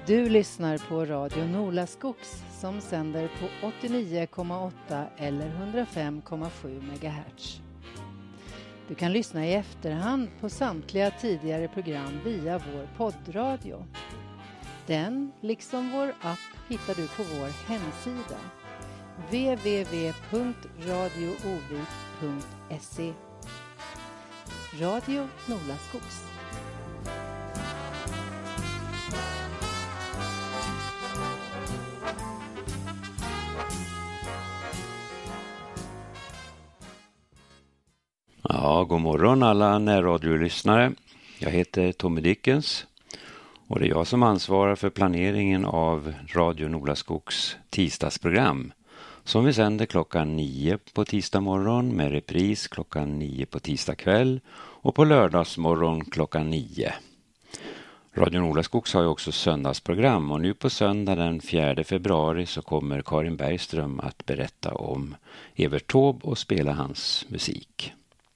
Du lyssnar på Radio Nolaskogs som sänder på 89,8 eller 105,7 MHz. Du kan lyssna i efterhand på samtliga tidigare program via vår poddradio. Den, liksom vår app, hittar du på vår hemsida www.radioovik.se. Radio Nolaskogs. Ja, god morgon alla närradiolyssnare. Jag heter Tommy Dickens och det är jag som ansvarar för planeringen av Radio Nolaskogs tisdagsprogram som vi sänder klockan 9 på tisdag morgon med repris klockan 9 på tisdag kväll och på lördagsmorgon klockan 9. Radio Nolaskogs har ju också söndagsprogram och nu på söndag den 4 februari så kommer Karin Bergström att berätta om Evert Taube och spela hans musik.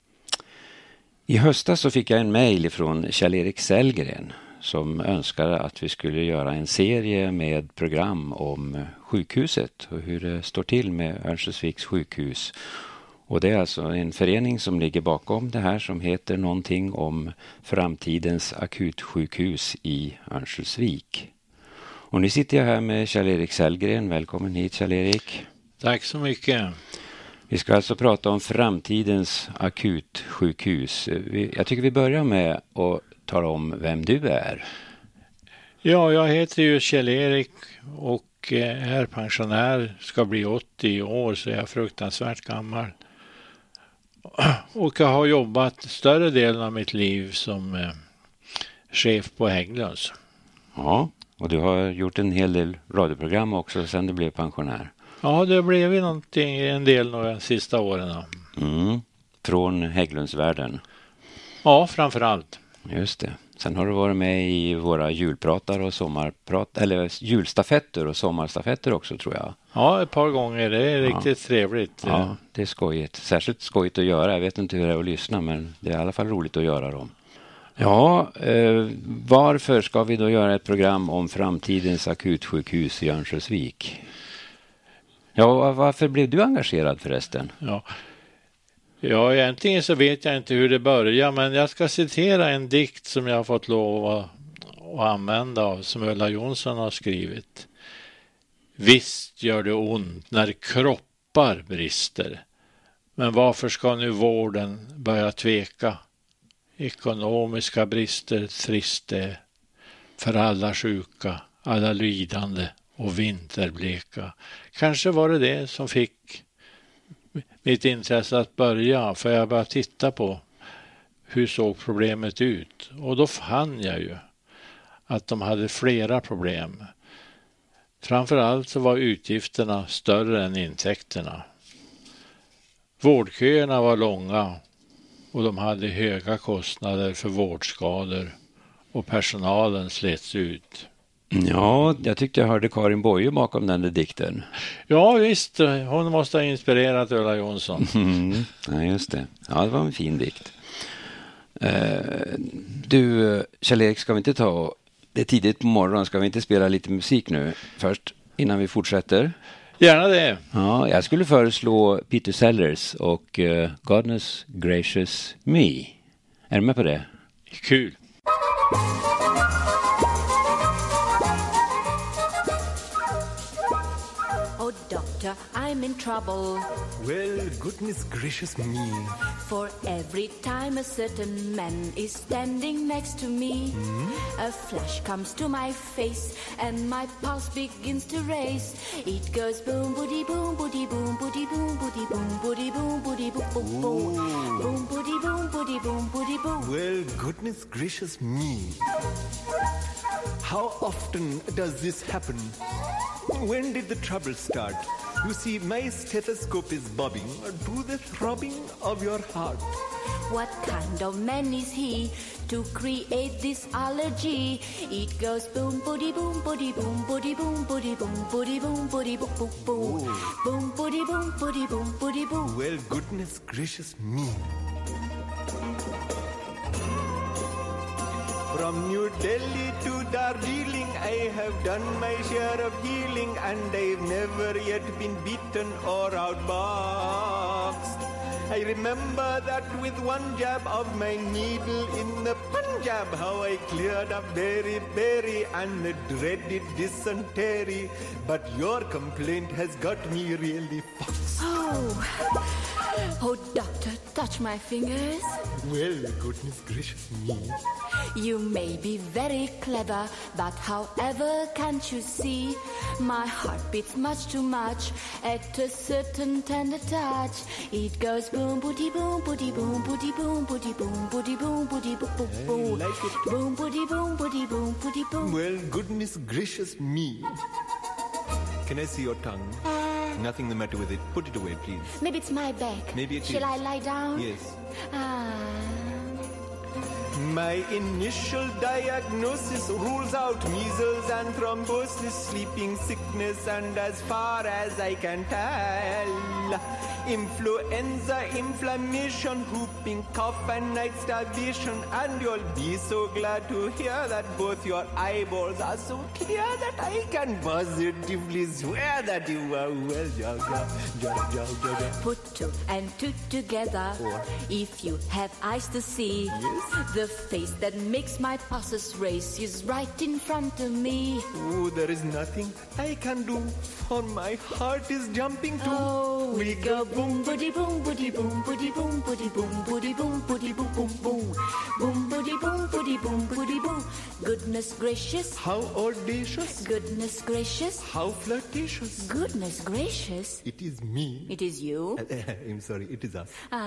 I höstas så fick jag en mejl från Kjell-Erik Sellgren som önskade att vi skulle göra en serie med program om sjukhuset och hur det står till med Örnsköldsviks sjukhus. Och det är alltså en förening som ligger bakom det här som heter någonting om framtidens akutsjukhus i Örnsköldsvik. Och nu sitter jag här med Kjell-Erik Sellgren. Välkommen hit Kjell-Erik. Tack så mycket. Vi ska alltså prata om framtidens akutsjukhus. Jag tycker vi börjar med att tala om vem du är. Ja, jag heter ju Kjell-Erik och är pensionär. Ska bli 80 år så jag är fruktansvärt gammal. Och jag har jobbat större delen av mitt liv som chef på Hägglunds. Ja, och du har gjort en hel del radioprogram också sedan du blev pensionär. Ja, det blev ju en del de sista åren. Från Hägglundsvärlden. Ja, framförallt. Just det. Sen har du varit med i våra julpratar och julstafetter och sommarstafetter också tror jag. Ja, ett par gånger. Det är riktigt trevligt. Ja, det är skojigt. Särskilt skojigt att göra. Jag vet inte hur det är att lyssna men det är i alla fall roligt att göra dem. Ja, varför ska vi då göra ett program om framtidens akutsjukhus i Örnsköldsvik? Ja, varför blev du engagerad förresten? Ja, egentligen så vet jag inte hur det börjar, men jag ska citera en dikt som jag har fått lov att använda av som Ulla Jonsson har skrivit. Visst gör det ont när kroppar brister, men varför ska nu vården börja tveka? Ekonomiska brister triste för alla sjuka, alla lidande och vinterbleka. Kanske var det som fick mitt intresse att börja, för jag började titta på hur såg problemet ut. Och då fann jag ju att de hade flera problem. Framförallt så var utgifterna större än intäkterna. Vårdköerna var långa och de hade höga kostnader för vårdskador och personalen slets ut. Ja, jag tyckte jag hörde Karin Boye bakom den där dikten. Ja, visst. Hon måste ha inspirerat Ulla Jonsson. Ja, just det. Ja, det var en fin dikt. Du, Kjell-Erik, ska vi inte det är tidigt på morgonen, ska vi inte spela lite musik nu först innan vi fortsätter? Gärna det. Ja, jag skulle föreslå Peter Sellers och Goodness Gracious Me. Är du med på det? Kul. Doctor, I'm in trouble. Well, goodness gracious me. For every time a certain man is standing next to me, a flash comes to my face and my pulse begins to race. It goes boom, boody, boom, boody, boom, boody, boom, boody, boom, boody, boom, boody, boom, boom, boom, boom, boody, boom, boody, boom, boody, boom. Well, goodness gracious me. How often does this happen? When did the trouble start? You see, my stethoscope is bobbing to the throbbing of your heart. What kind of man is he to create this allergy? It goes boom, boody, boom, boody, boom, boody, boom, boody, boom, boody, boom, boody, boom, boom, boom, boom, boody, boom, boody, boom, boody, boom. Well, goodness gracious me. From From New Delhi to Darjeeling, I have done my share of healing, and I've never yet been beaten or outboxed. I remember that with one jab of my needle in the Punjab, how I cleared up berry and the dreaded dysentery. But your complaint has got me really foxed. Oh, doctor, touch my fingers. Well, goodness gracious me. You may be very clever, but however can't you see? My heart beats much too much at a certain tender touch. It goes boom, booty, boom, booty, boom, booty, boom, booty, boom, booty, boom, booty, boom, boom, boom. Like it. Boom, booty, boom, booty, boom, booty, boom. Well, goodness gracious me. Can I see your tongue? Nothing the matter with it. Put it away, please. Maybe it's my back. Maybe it is. Shall I lie down? Yes. My initial diagnosis rules out measles and thrombosis, sleeping sickness, and as far as I can tell, influenza, inflammation, whooping cough, and night starvation. And you'll be so glad to hear that both your eyeballs are so clear that I can positively swear that you are well. Put two and two together. If you have eyes to see, the face that makes my pulses race is right in front of me. Oh, there is nothing I can do, for my heart is jumping too. Oh, we go boom, booty, boom, booty, boom, booty, boom, booty, boom, booty, boom, booty, boom, boom, boom, boom, booty, boom, booty, boom, booty, boom. Goodness gracious, How audacious, goodness gracious, how flirtatious. goodness gracious. It is me. It is you. I'm sorry, it is us.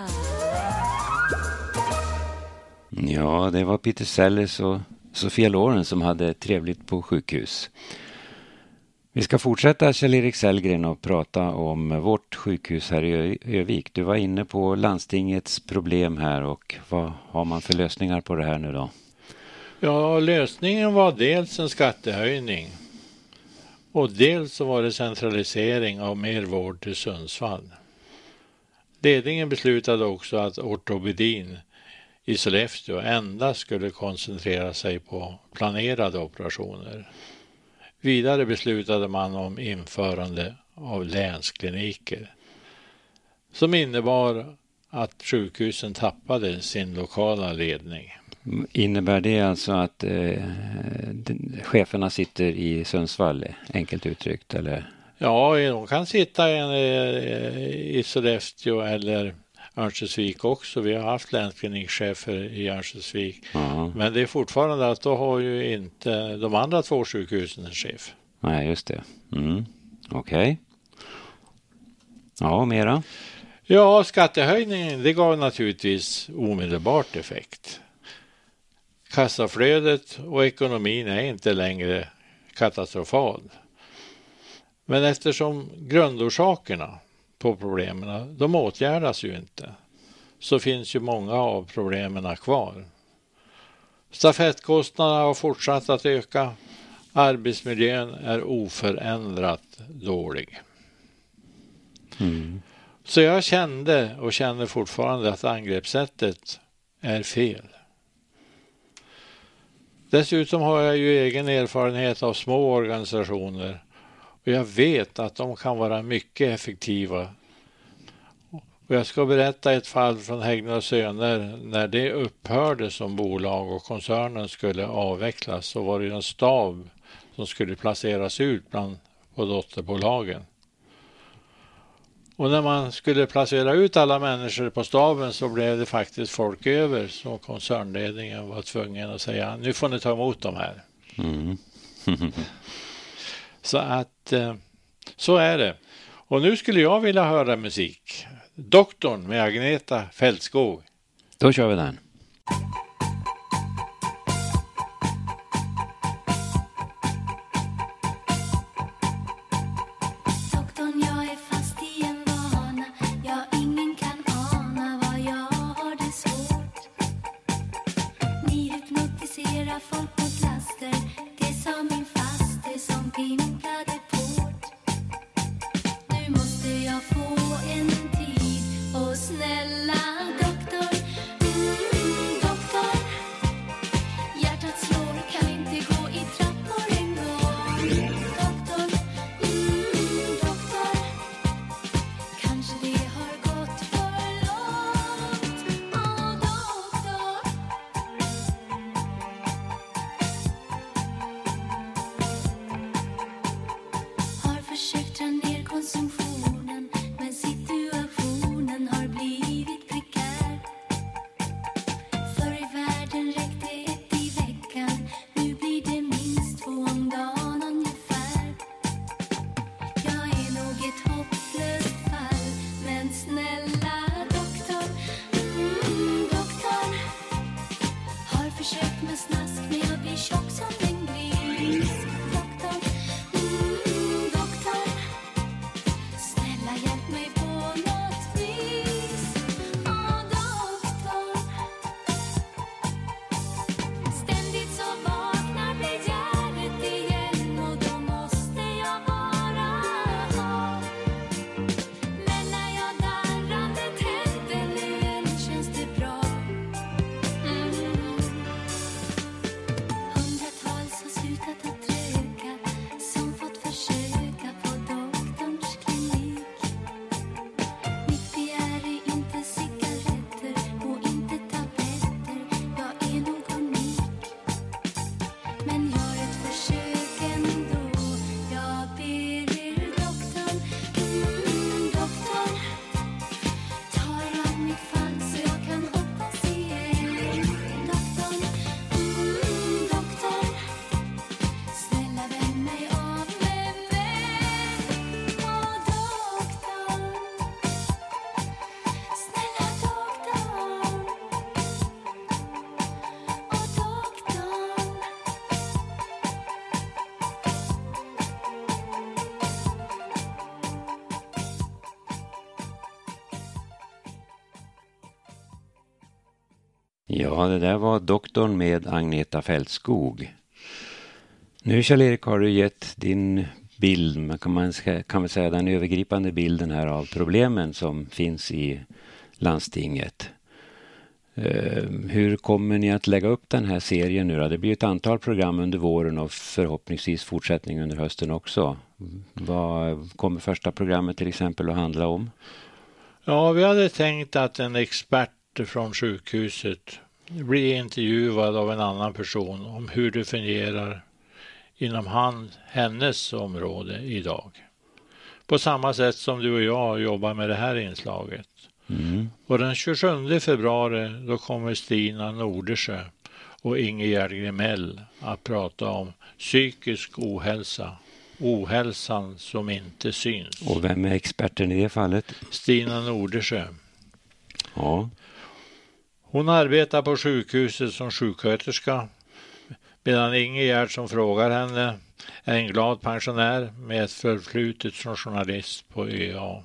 Ja, det var Peter Sellers och Sofia Loren som hade trevligt på sjukhus. Vi ska fortsätta, Kjell-Erik Sellgren, och prata om vårt sjukhus här i Övik. Du var inne på landstingets problem här, och vad har man för lösningar på det här nu då? Ja, lösningen var dels en skattehöjning och dels så var det centralisering av mer vård till Sundsvall. Ledningen beslutade också att ortopedin i Sollefteå endast skulle koncentrera sig på planerade operationer. Vidare beslutade man om införande av länskliniker som innebar att sjukhusen tappade sin lokala ledning. Innebär det alltså att cheferna sitter i Sundsvall, enkelt uttryckt, eller? Ja, de kan sitta i Sollefteå eller Örnsköldsvik också. Vi har haft länsklinikchefer i Örnsköldsvik. Men det är fortfarande att då har ju inte de andra två sjukhusen en chef. Nej, just det. Okej. Ja, mera? Ja, skattehöjningen, det gav naturligtvis omedelbart effekt. Kassaflödet och ekonomin är inte längre katastrofal. Men eftersom grundorsakerna på problemen, de åtgärdas ju inte, så finns ju många av problemen kvar. Stafettkostnaderna har fortsatt att öka. Arbetsmiljön är oförändrat dålig. Så jag kände och känner fortfarande att angreppssättet är fel. Dessutom har jag ju egen erfarenhet av små organisationer, och jag vet att de kan vara mycket effektiva. Och jag ska berätta ett fall från Hägglund & Söner. När det upphörde som bolag och koncernen skulle avvecklas, så var det en stab som skulle placeras ut på dotterbolagen. Och när man skulle placera ut alla människor på staben, så blev det faktiskt folk över, så koncernledningen var tvungen att säga: nu får ni ta emot de här. Så att så är det. Och nu skulle jag vilja höra musik. Doktorn med Agneta Fältskog. Då kör vi den. Doktorn, jag är fast i en vana. Ja, ingen kan ana vad jag har det svårt. Ni hypnotiserar folk mot laster. Det sa min faster som pimplade port. Nu måste jag få en tid. Och snälla doktor, doktor, hjärtat slår Ja, det där var Doktorn med Agneta Fältskog. Nu Kjell-Erik har du gett din bild, kan man säga den övergripande bilden här av problemen som finns i landstinget. Hur kommer ni att lägga upp den här serien nu då? Det blir ett antal program under våren och förhoppningsvis fortsättning under hösten också. Vad kommer första programmet till exempel att handla om? Ja, vi hade tänkt att en expert från sjukhuset blir intervjuad av en annan person om hur det fungerar inom hennes område idag. På samma sätt som du och jag jobbar med det här inslaget. Mm. Och den 27 februari då kommer Stina Nordersjö och Ingegerd Grimell att prata om psykisk ohälsa. Ohälsan som inte syns. Och vem är experten i det fallet? Stina Nordersjö. Ja. Hon arbetar på sjukhuset som sjuksköterska, medan Ingegerd som frågar henne är en glad pensionär med ett förflutet som journalist på ÖA.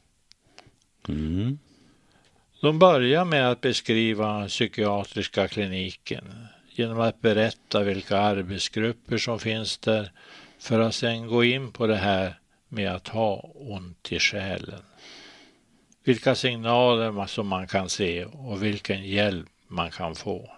Mm. De börjar med att beskriva psykiatriska kliniken genom att berätta vilka arbetsgrupper som finns där för att sen gå in på det här med att ha ont i själen. Vilka signaler som man kan se och vilken hjälp man kan få.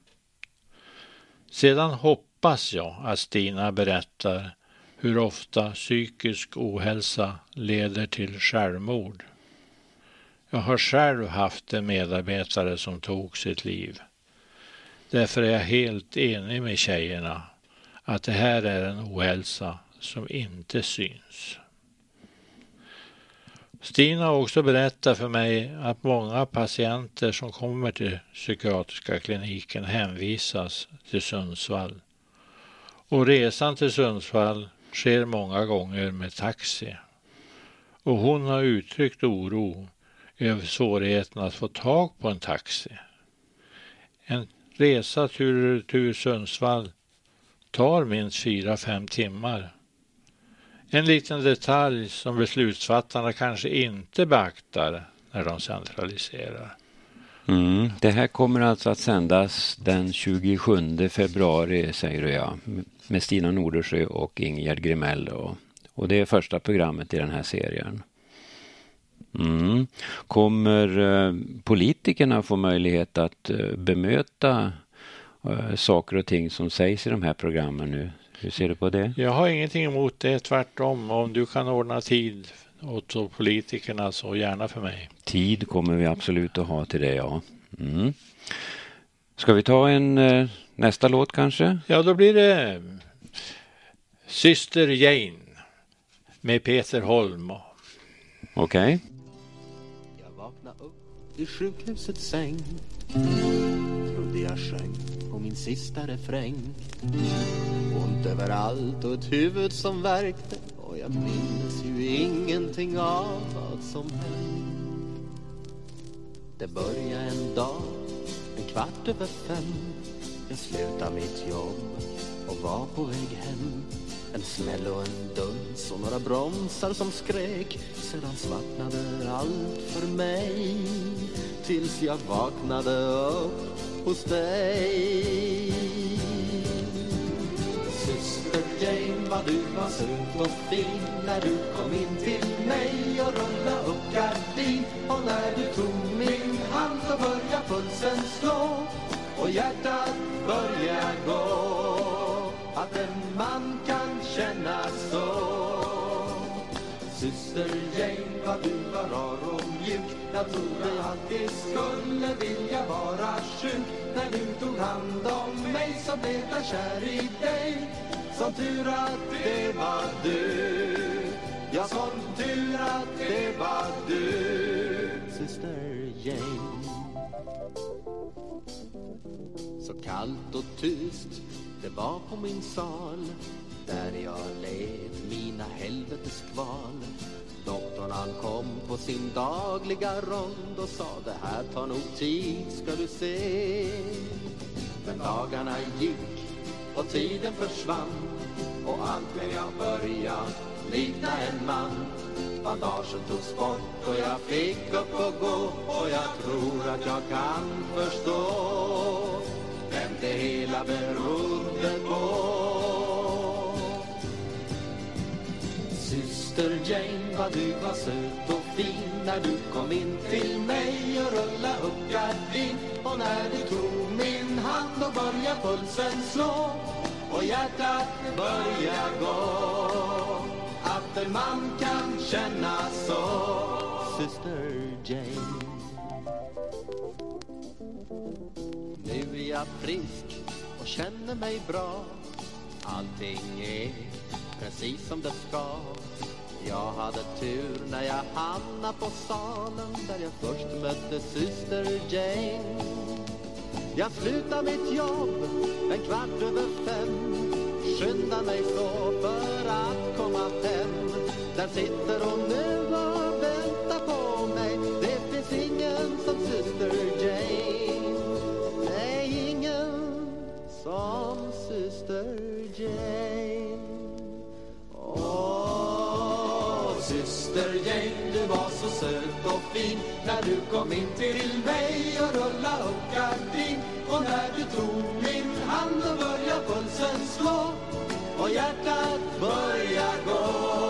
Sedan hoppas jag att Stina berättar hur ofta psykisk ohälsa leder till självmord. Jag har själv haft en medarbetare som tog sitt liv. Därför är jag helt enig med tjejerna att det här är en ohälsa som inte syns. Stina har också berättat för mig att många patienter som kommer till psykiatriska kliniken hänvisas till Sundsvall. Och resan till Sundsvall sker många gånger med taxi. Och hon har uttryckt oro över svårigheten att få tag på en taxi. En resa till Sundsvall tar minst 4-5 timmar. En liten detalj som beslutsfattarna kanske inte beaktar när de centraliserar. Det här kommer alltså att sändas den 27 februari säger jag, med Stina Nordersjö och Ingegerd Grimell. Och det är första programmet i den här serien. Kommer politikerna få möjlighet att bemöta saker och ting som sägs i de här programmen nu? Hur ser du på det? Jag har ingenting emot det, tvärtom. Om du kan ordna tid åt politikerna så gärna för mig. Tid kommer vi absolut att ha till det, ja. Ska vi ta nästa låt kanske? Ja, då blir det Syster Jane med Peter Holm. Okej. Jag vaknade upp i sjukhusets säng. Trodde jag sjöng på min sista refräng. Ont överallt och ett huvud som värkte. Och jag minns ju ingenting av vad som hände. Det började en dag, 5:15. Jag slutade mitt jobb och var på väg hem. En smäll och en duns och några bromsar som skrek. Sedan svartnade allt för mig. Tills jag vaknade upp hos dig. Syster Jane, vad du var söt och fin när du kom in till mig och rullade upp gardin. Och när du tog min hand så började pulsen slå och hjärtat började gå. Att en man kan känna så. Syster Jane, vad du var rar och mjuk. Jag trodde jag alltid skulle vilja vara sjuk. När du tog hand om mig så blev jag kär i dig. Som tur att det var du. Ja, som tur att det var du. Syster Jane. Så kallt och tyst det var på min sal. Där jag led mina helveteskval. Doktorn han kom på sin dagliga rond och sa det här tar nog tid ska du se. Men dagarna gick och tiden försvann och allt blev jag börja likna en man. Bandagen togs bort och jag fick upp och gå och jag tror att jag kan förstå. det hela berodde på. Syster Jane, vad du var söt och fin när du kom in till mig och rulla upp gardin. Och när du tog min hand då började pulsen slå och hjärtat började gå. Att en man kan känna så, Syster Jane. Nu är jag frisk och känner mig bra. Allting är precis som det ska. Jag hade tur när jag hamnade på salen där jag först mötte Syster Jane. Jag slutade mitt jobb 5:15. Skynda mig så för att komma hem. Där sitter hon nu och väntar på mig. Det finns ingen som Syster Jane. Nej, ingen som Syster Jane. Åh, Syster Jane, du var så söt och fin när du kom in till mig och rulla upp gardin. Och när du tog min hand och började pulsen slå och hjärtat började gå.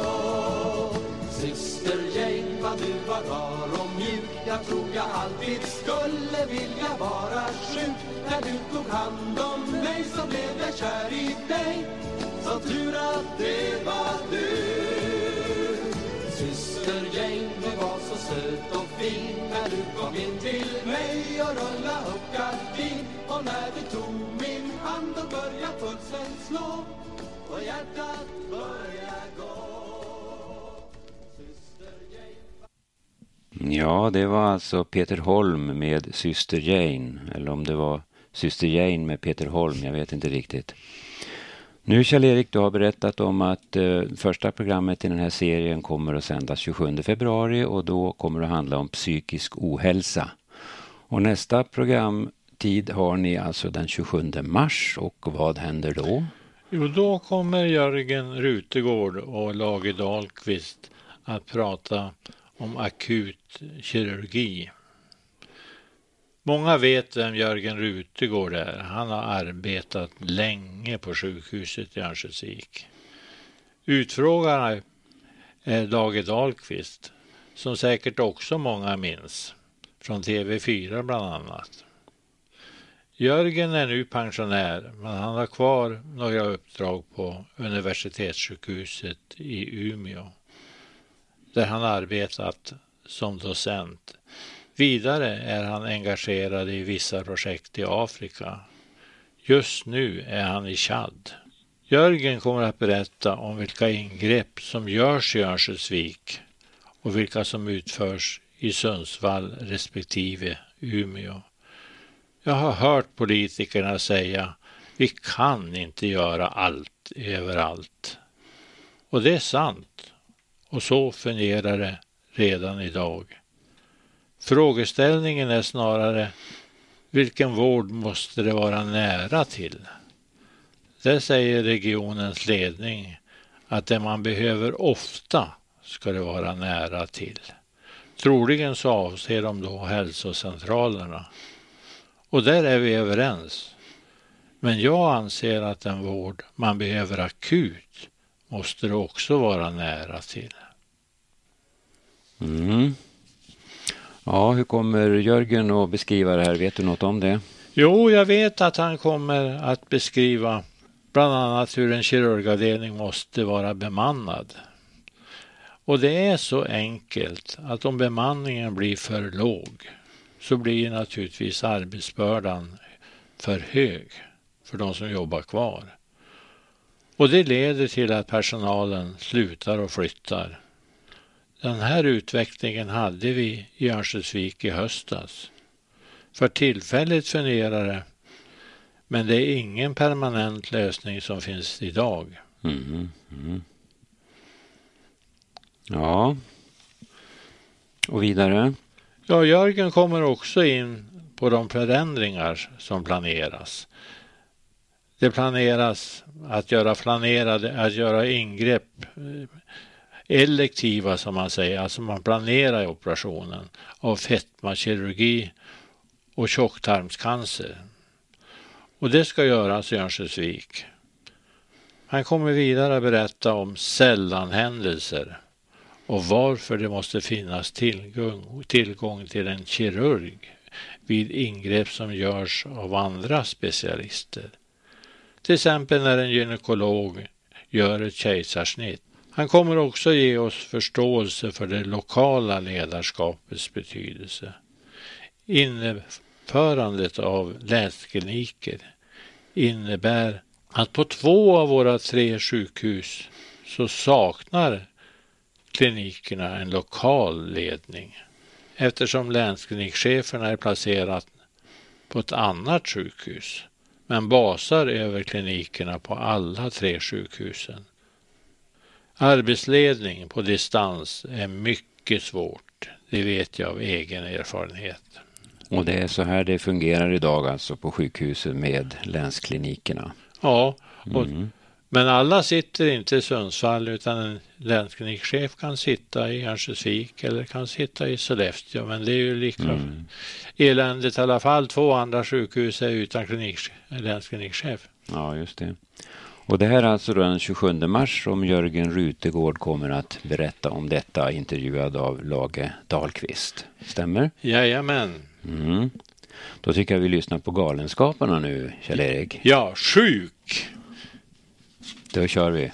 Syster Jane, vad du var rar och mjuk. Jag tror jag alltid skulle vilja vara sjuk. När du tog hand om mig så blev jag kär i dig. Så tur att det var du. Syster Jane, du var så söt och fin när du kom in till mig och rulla upp gardin. Och när du tog min hand och började pulsen slå och hjärtat började gå. Syster Jane. Ja, det var alltså Peter Holm med Syster Jane. Eller om det var Syster Jane med Peter Holm, jag vet inte riktigt. Nu Kjell-Erik, du har berättat om att första programmet i den här serien kommer att sändas 27 februari och då kommer det att handla om psykisk ohälsa. Och nästa programtid har ni alltså den 27 mars och vad händer då? Jo, då kommer Jörgen Rutegård och Lage Dahlqvist att prata om akut kirurgi. Många vet vem Jörgen Rutegård är. Han har arbetat länge på sjukhuset i Örnsköldsvik. Utfrågarna är Lage Dahlqvist, som säkert också många minns, från TV4 bland annat. Jörgen är nu pensionär, men han har kvar några uppdrag på universitetssjukhuset i Umeå, där han arbetat som docent. Vidare är han engagerad i vissa projekt i Afrika. Just nu är han i Chad. Jörgen kommer att berätta om vilka ingrepp som görs i Örnsköldsvik och vilka som utförs i Sundsvall respektive Umeå. Jag har hört politikerna säga vi kan inte göra allt överallt. Och det är sant. Och så fungerar det redan idag. Frågeställningen är snarare vilken vård måste det vara nära till? Det säger regionens ledning att det man behöver ofta ska det vara nära till. Troligen så avser de då hälsocentralerna. Och där är vi överens. Men jag anser att den vård man behöver akut måste det också vara nära till. Mm. Ja, hur kommer Jörgen att beskriva det här? Vet du något om det? Jo, jag vet att han kommer att beskriva bland annat hur en kirurgavdelning måste vara bemannad. Och det är så enkelt att om bemanningen blir för låg så blir naturligtvis arbetsbördan för hög för de som jobbar kvar. Och det leder till att personalen slutar och flyttar. Den här utvecklingen hade vi i Örnsköldsvik i höstas. För tillfället fungerar det, men det är ingen permanent lösning som finns idag. Ja. Och vidare? Ja, Jörgen kommer också in på de förändringar som planeras. Det planeras att göra ingrepp, elektiva som man säger, alltså man planerar operationen av fetmakirurgi och tjocktarmscancer. Och det ska göras i Örnsköldsvik. Han kommer vidare att berätta om sällanhändelser och varför det måste finnas tillgång till en kirurg vid ingrepp som görs av andra specialister. Till exempel när en gynekolog gör ett kejsarsnitt. Han kommer också ge oss förståelse för det lokala ledarskapets betydelse. Införandet av länskliniker innebär att på 2 av våra 3 sjukhus så saknar klinikerna en lokal ledning. Eftersom länsklinikcheferna är placerat på ett annat sjukhus men basar över klinikerna på alla 3 sjukhusen. Arbetsledning på distans är mycket svårt, det vet jag av egen erfarenhet. Och det är så här det fungerar idag alltså på sjukhusen med länsklinikerna? Ja, men alla sitter inte i Sundsvall utan en länsklinikchef kan sitta i Örnsköldsvik eller kan sitta i Sollefteå. Men det är ju lika eländigt i alla fall. 2 andra sjukhus är utan länsklinikchef. Ja, just det. Och det här är alltså den 27 mars som Jörgen Rutegård kommer att berätta om detta, intervjuad av Lage Dahlqvist. Stämmer? Jajamän. Då tycker jag vi lyssnar på Galenskaparna nu, Kjell-Erik. Ja, sjuk! Då kör vi.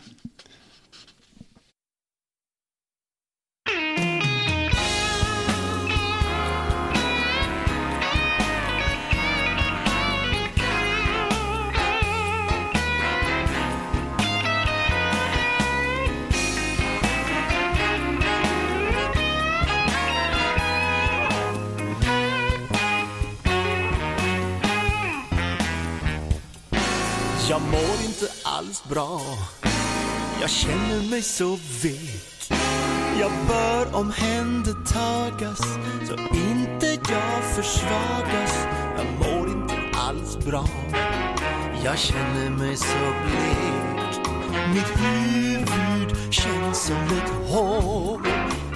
Jag mår inte alls bra. Jag känner mig så vek. Jag bör omhändertagas så inte jag försvagas. Jag mår inte alls bra. Jag känner mig så blek. Mitt huvud känns som ett hår.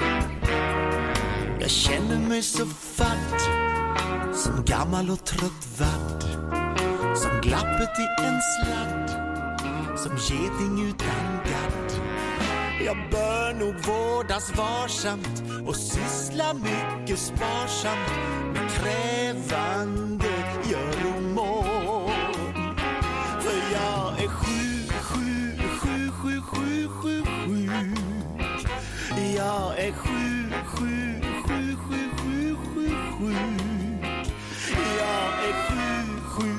Jag känner mig så fatt, som gammal och trött vadd. Som glappet i en sladd, som geting utan gadd. Jag bör nog vårdas varsamt och syssla mycket sparsamt med krävande göromål. För jag är sjuk. Jag är sjuk. Jag är sjuk.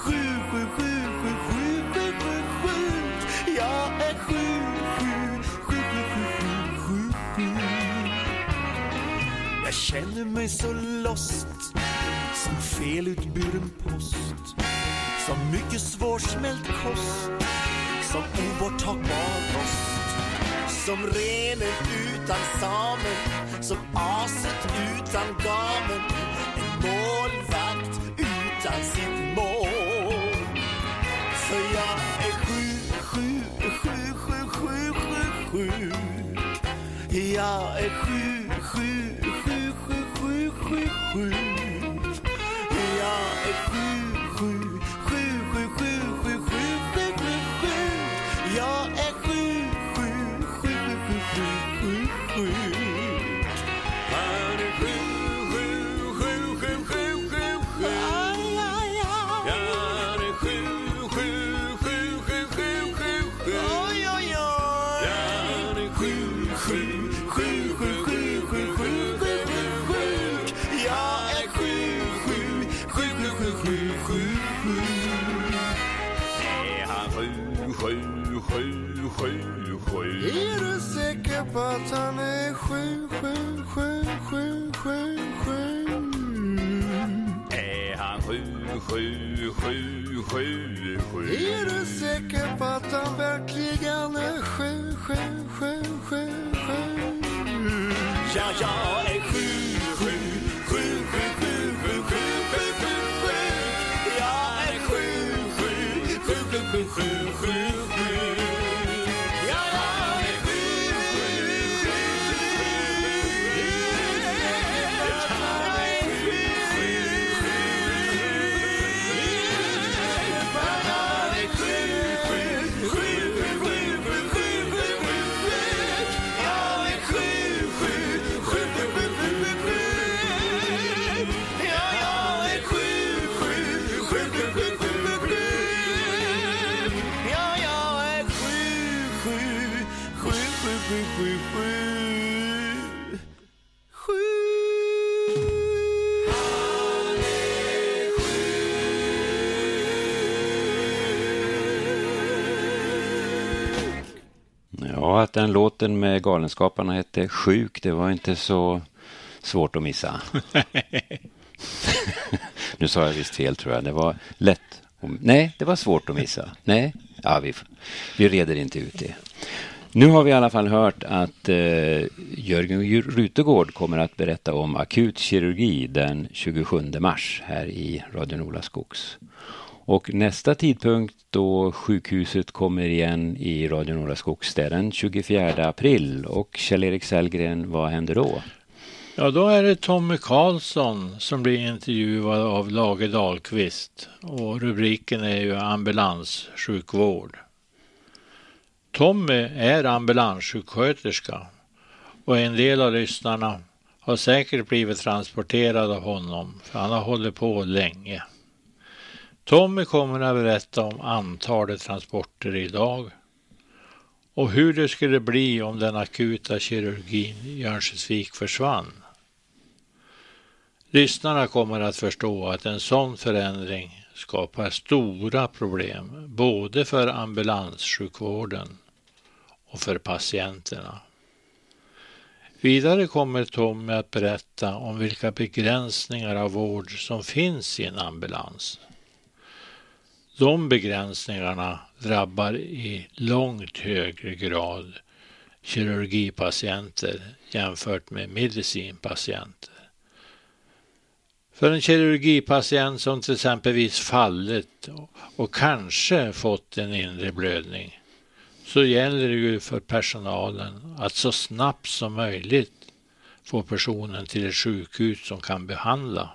Jag känner mig så lost, som felutburen post, som mycket svårsmält kost, som oborttagbar rost, som renen utan samen, som aset utan gamen, en målvakt utan sitt mål. För jag är sjuk. Jag är sjuk. Jag är sjuk. Jag är sjuk. Är du säker på att han är sjuk? Är han sjuk? Är du säker på att han verkligen är sjuk? Ja, jag är sjuk. Jag är sjuk. att den låten med Galenskaparna hette Sjuk. Det var inte så svårt att missa. Nu sa jag visst fel, tror jag. Det var lätt. Nej, det var svårt att missa. Nej, ja, vi reder inte ut det. Nu har vi i alla fall hört att Jörgen Rutegård kommer att berätta om akut kirurgi den 27 mars här i Radio Nolaskogs. Och nästa tidpunkt då sjukhuset kommer igen i Radio Nolaskogs är den 24 april. Och Kjell-Erik Sellgren, vad händer då? Ja, då är det Tommy Karlsson som blir intervjuad av Lage Dahlqvist. Och rubriken är ju ambulanssjukvård. Tommy är ambulanssjuksköterska och en del av lyssnarna har säkert blivit transporterad av honom, för han har hållit på länge. Tommy kommer att berätta om antalet transporter idag och hur det skulle bli om den akuta kirurgin i Örnsköldsvik försvann. Lyssnarna kommer att förstå att en sån förändring skapar stora problem både för ambulanssjukvården och för patienterna. Vidare kommer Tommy att berätta om vilka begränsningar av vård som finns i en ambulans. De begränsningarna drabbar i långt högre grad kirurgipatienter jämfört med medicinpatienter. För en kirurgipatient som till exempelvis fallit och kanske fått en inre blödning, så gäller det ju för personalen att så snabbt som möjligt få personen till ett sjukhus som kan behandla.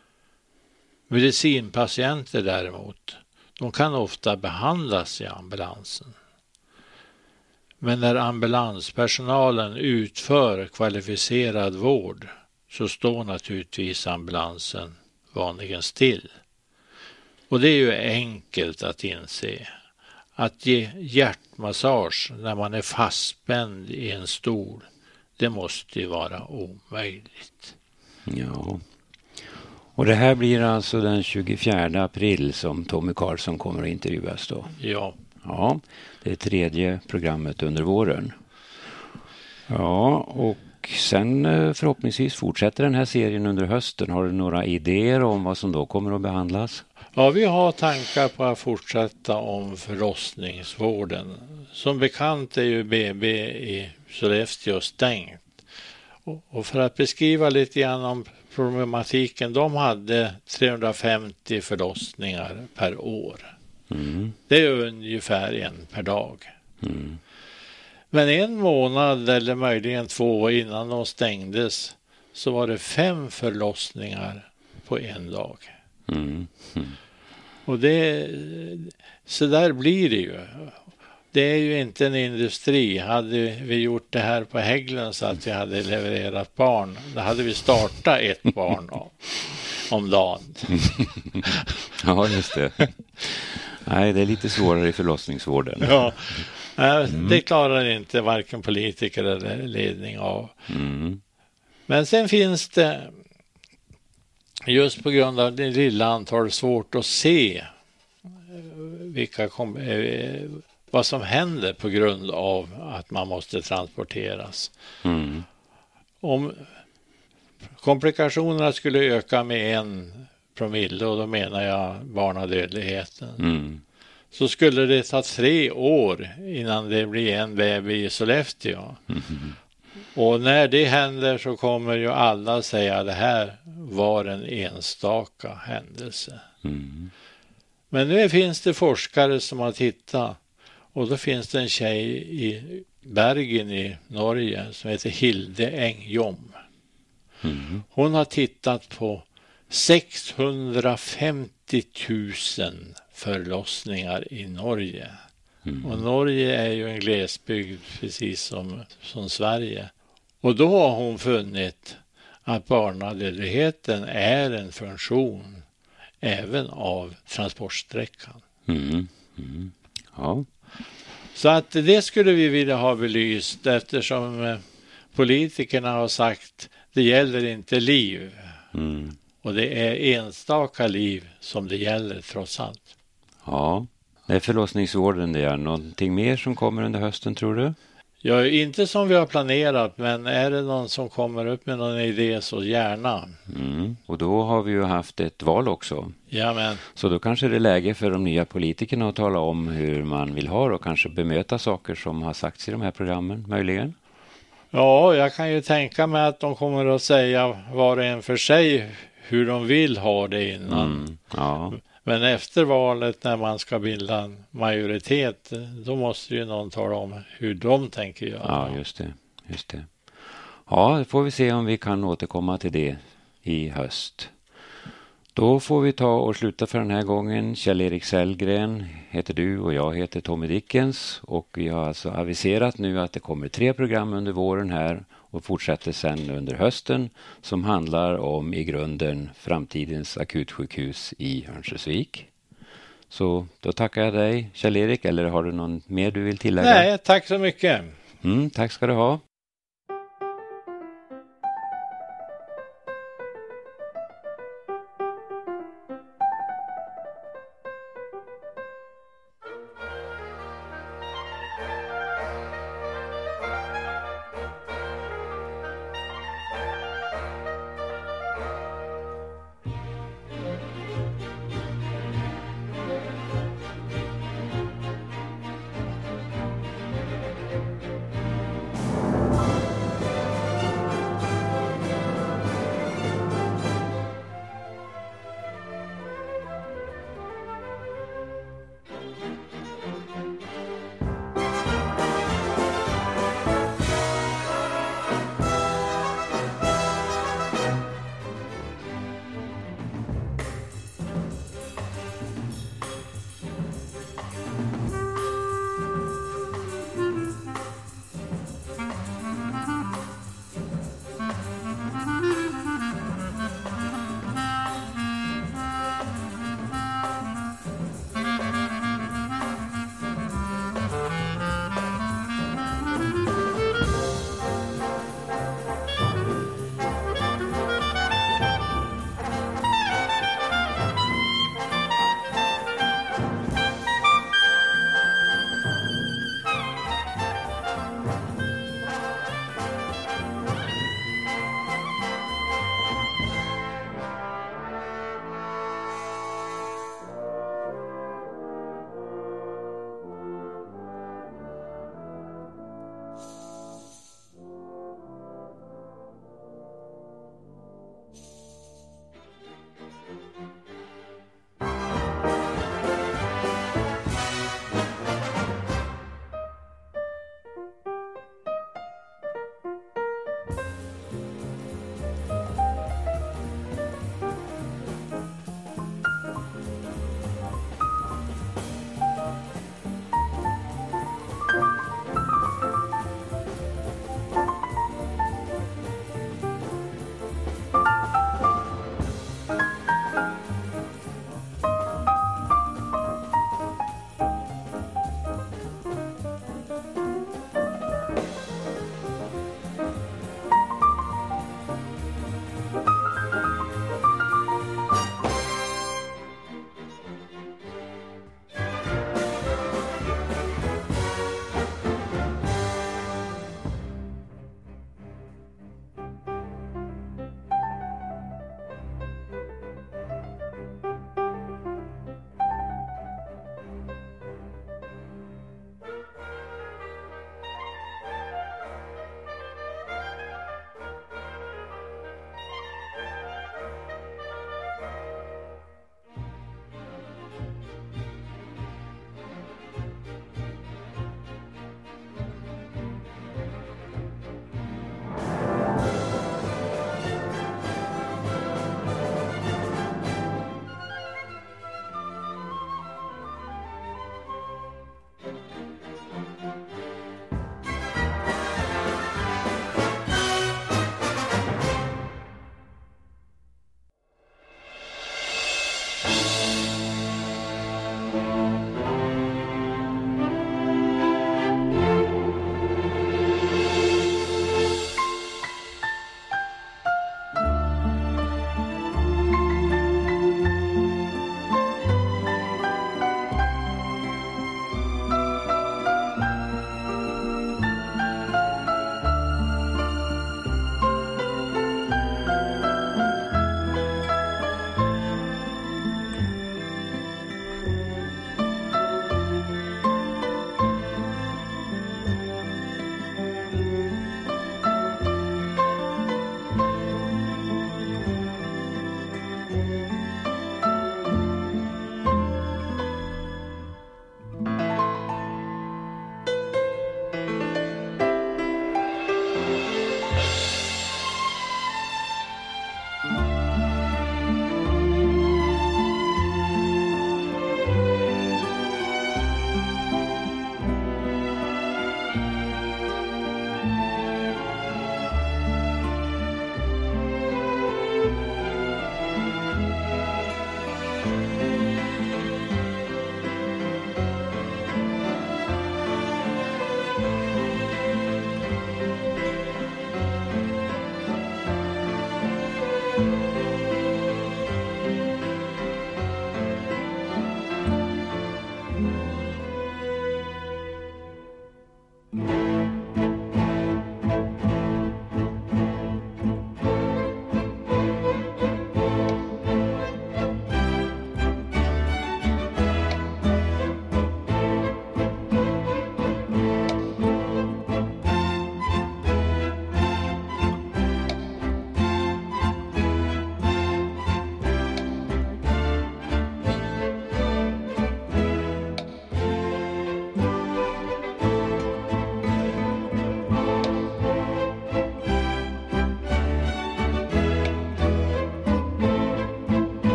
Medicinpatienter däremot, de kan ofta behandlas i ambulansen. Men när ambulanspersonalen utför kvalificerad vård så står naturligtvis ambulansen vanligen still. Och det är ju enkelt att inse att ge hjärtmassage när man är fastspänd i en stol, det måste ju vara omöjligt. Ja. Och det här blir alltså den 24 april som Tommy Karlsson kommer att intervjuas då? Ja. Ja, det är 3:e programmet under våren. Ja, och sen förhoppningsvis fortsätter den här serien under hösten. Har du några idéer om vad som då kommer att behandlas? Ja, vi har tankar på att fortsätta om förlossningsvården. Som bekant är ju BB i Sollefteå stängt. Och för att beskriva lite grann om problematiken, de hade 350 förlossningar per år. Mm. Det är ungefär en per dag. Mm. Men en månad eller möjligen 2 innan de stängdes så var det 5 förlossningar på en dag. Mm. Mm. Och så där blir det ju. Det är ju inte en industri. Hade vi gjort det här på Hägglund så att vi hade levererat barn, då hade vi startat ett barn om dagen. Ja, just det. Nej, det är lite svårare i förlossningsvården. Ja, det klarar inte varken politiker eller ledning av. Mm. Men sen finns det, just på grund av det lilla antalet, svårt att se vad som händer på grund av att man måste transporteras. Mm. Om komplikationerna skulle öka med 1 promille, och då menar jag barnadödligheten, så skulle det ta 3 år innan det blir en baby i Sollefteå. Mm. Och när det händer så kommer ju alla säga att det här var en enstaka händelse. Mm. Men nu finns det forskare som har tittat, och då finns det en tjej i Bergen i Norge som heter Hilde Engjom. Mm. Hon har tittat på 650 000 förlossningar i Norge. Mm. Och Norge är ju en glesbygd precis som Sverige. Och då har hon funnit att barnadödligheten är en funktion även av transportsträckan. Mm. Mm. Ja. Så att det skulle vi vilja ha belyst, eftersom politikerna har sagt det gäller inte liv. Mm. Och det är enstaka liv som det gäller trots allt. Ja, det är förlossningsvården det är. Någonting mer som kommer under hösten, tror du? Ja, inte som vi har planerat, men är det någon som kommer upp med någon idé så gärna. Och då har vi ju haft ett val också. Jamen. Så då kanske det är läge för de nya politikerna att tala om hur man vill ha och kanske bemöta saker som har sagts i de här programmen, möjligen. Ja, jag kan ju tänka mig att de kommer att säga var och en för sig hur de vill ha det innan. Ja. Men efter valet när man ska bilda en majoritet, då måste ju någon tala om hur de tänker göra. Ja, just det. Ja, då får vi se om vi kan återkomma till det i höst. Då får vi ta och sluta för den här gången. Kjell-Erik Sellgren heter du och jag heter Tommy Dickens. Och vi har alltså aviserat nu att det kommer 3 program under våren här och fortsätter sen under hösten som handlar om i grunden framtidens akutsjukhus i Örnsköldsvik. Så då tackar jag dig, Kjell-Erik, eller har du någon mer du vill tillägga? Nej, tack så mycket. Tack ska du ha.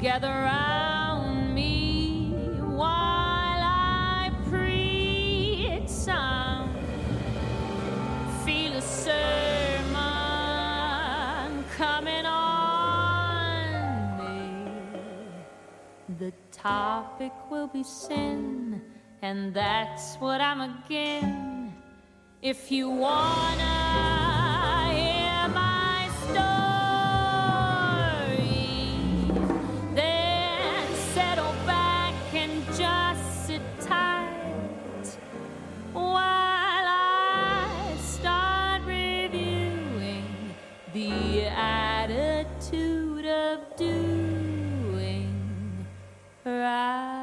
gather round me while I preach some. Feel a sermon coming on me. The topic will be sin, and that's what I'm again. If you wanna hear my story, then settle back and just sit tight while I start reviewing the attitude of doing right.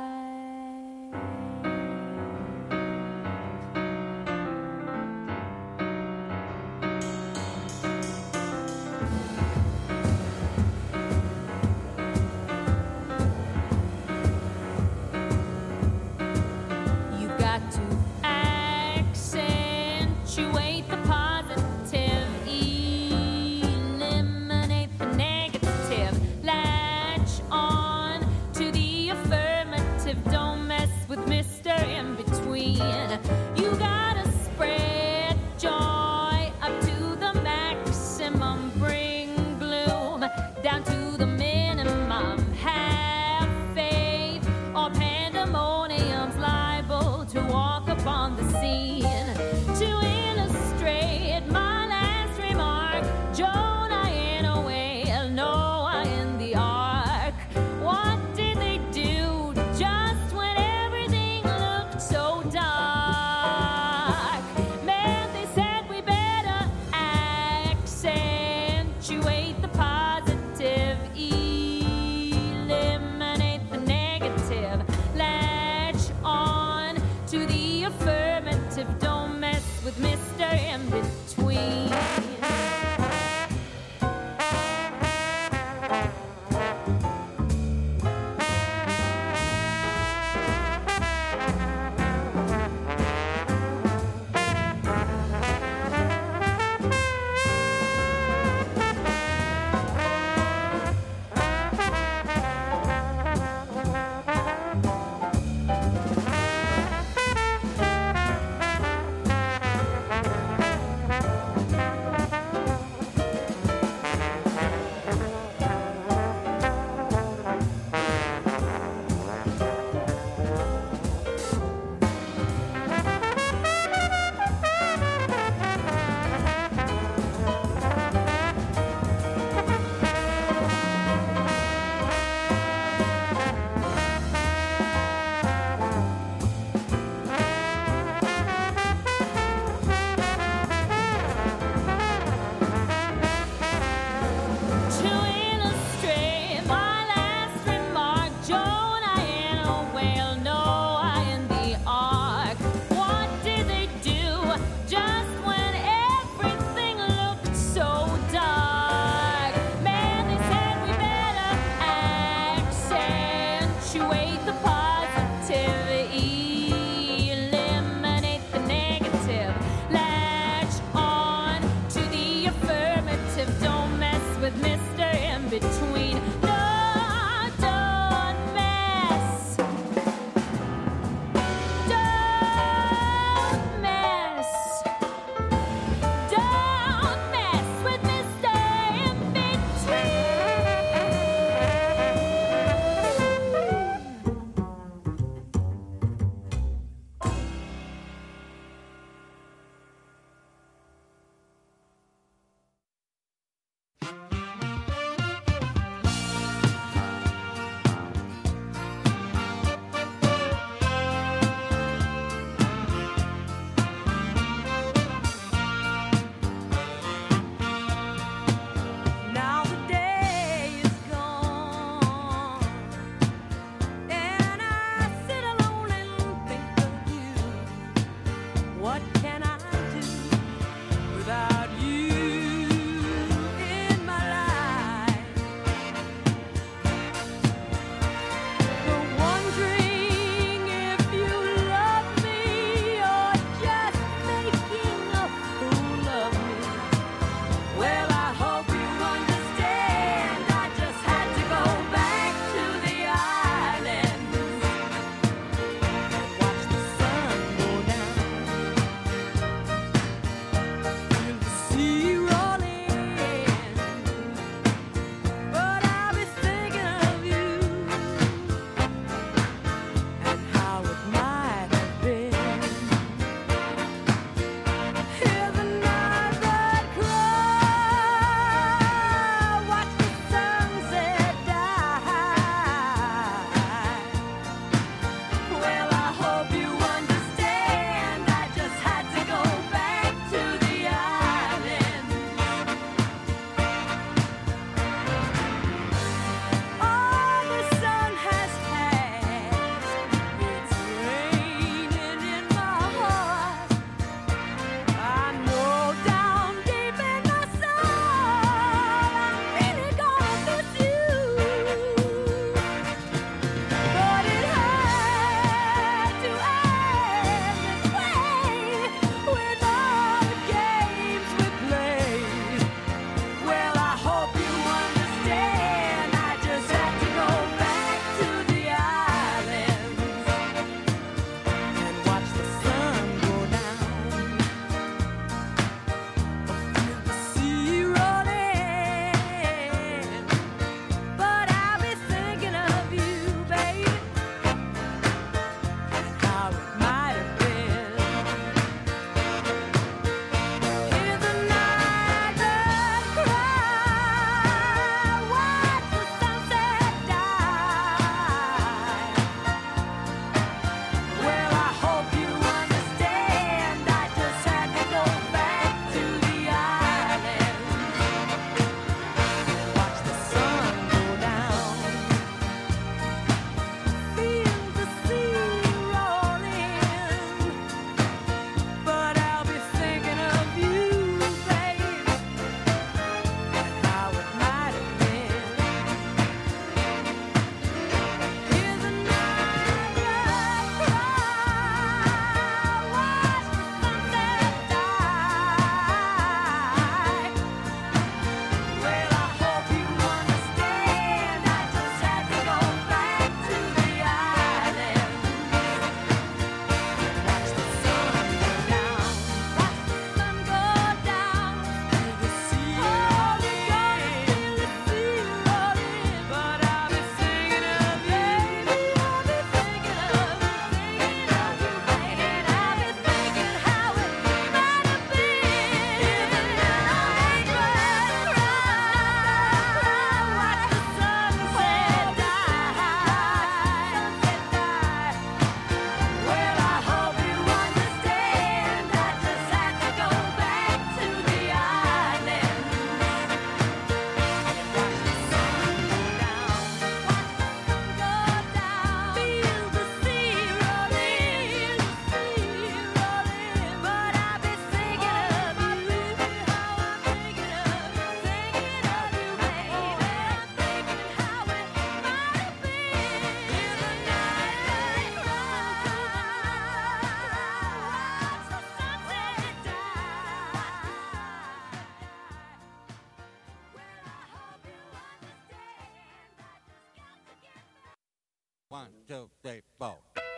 1, 2, 3, 4.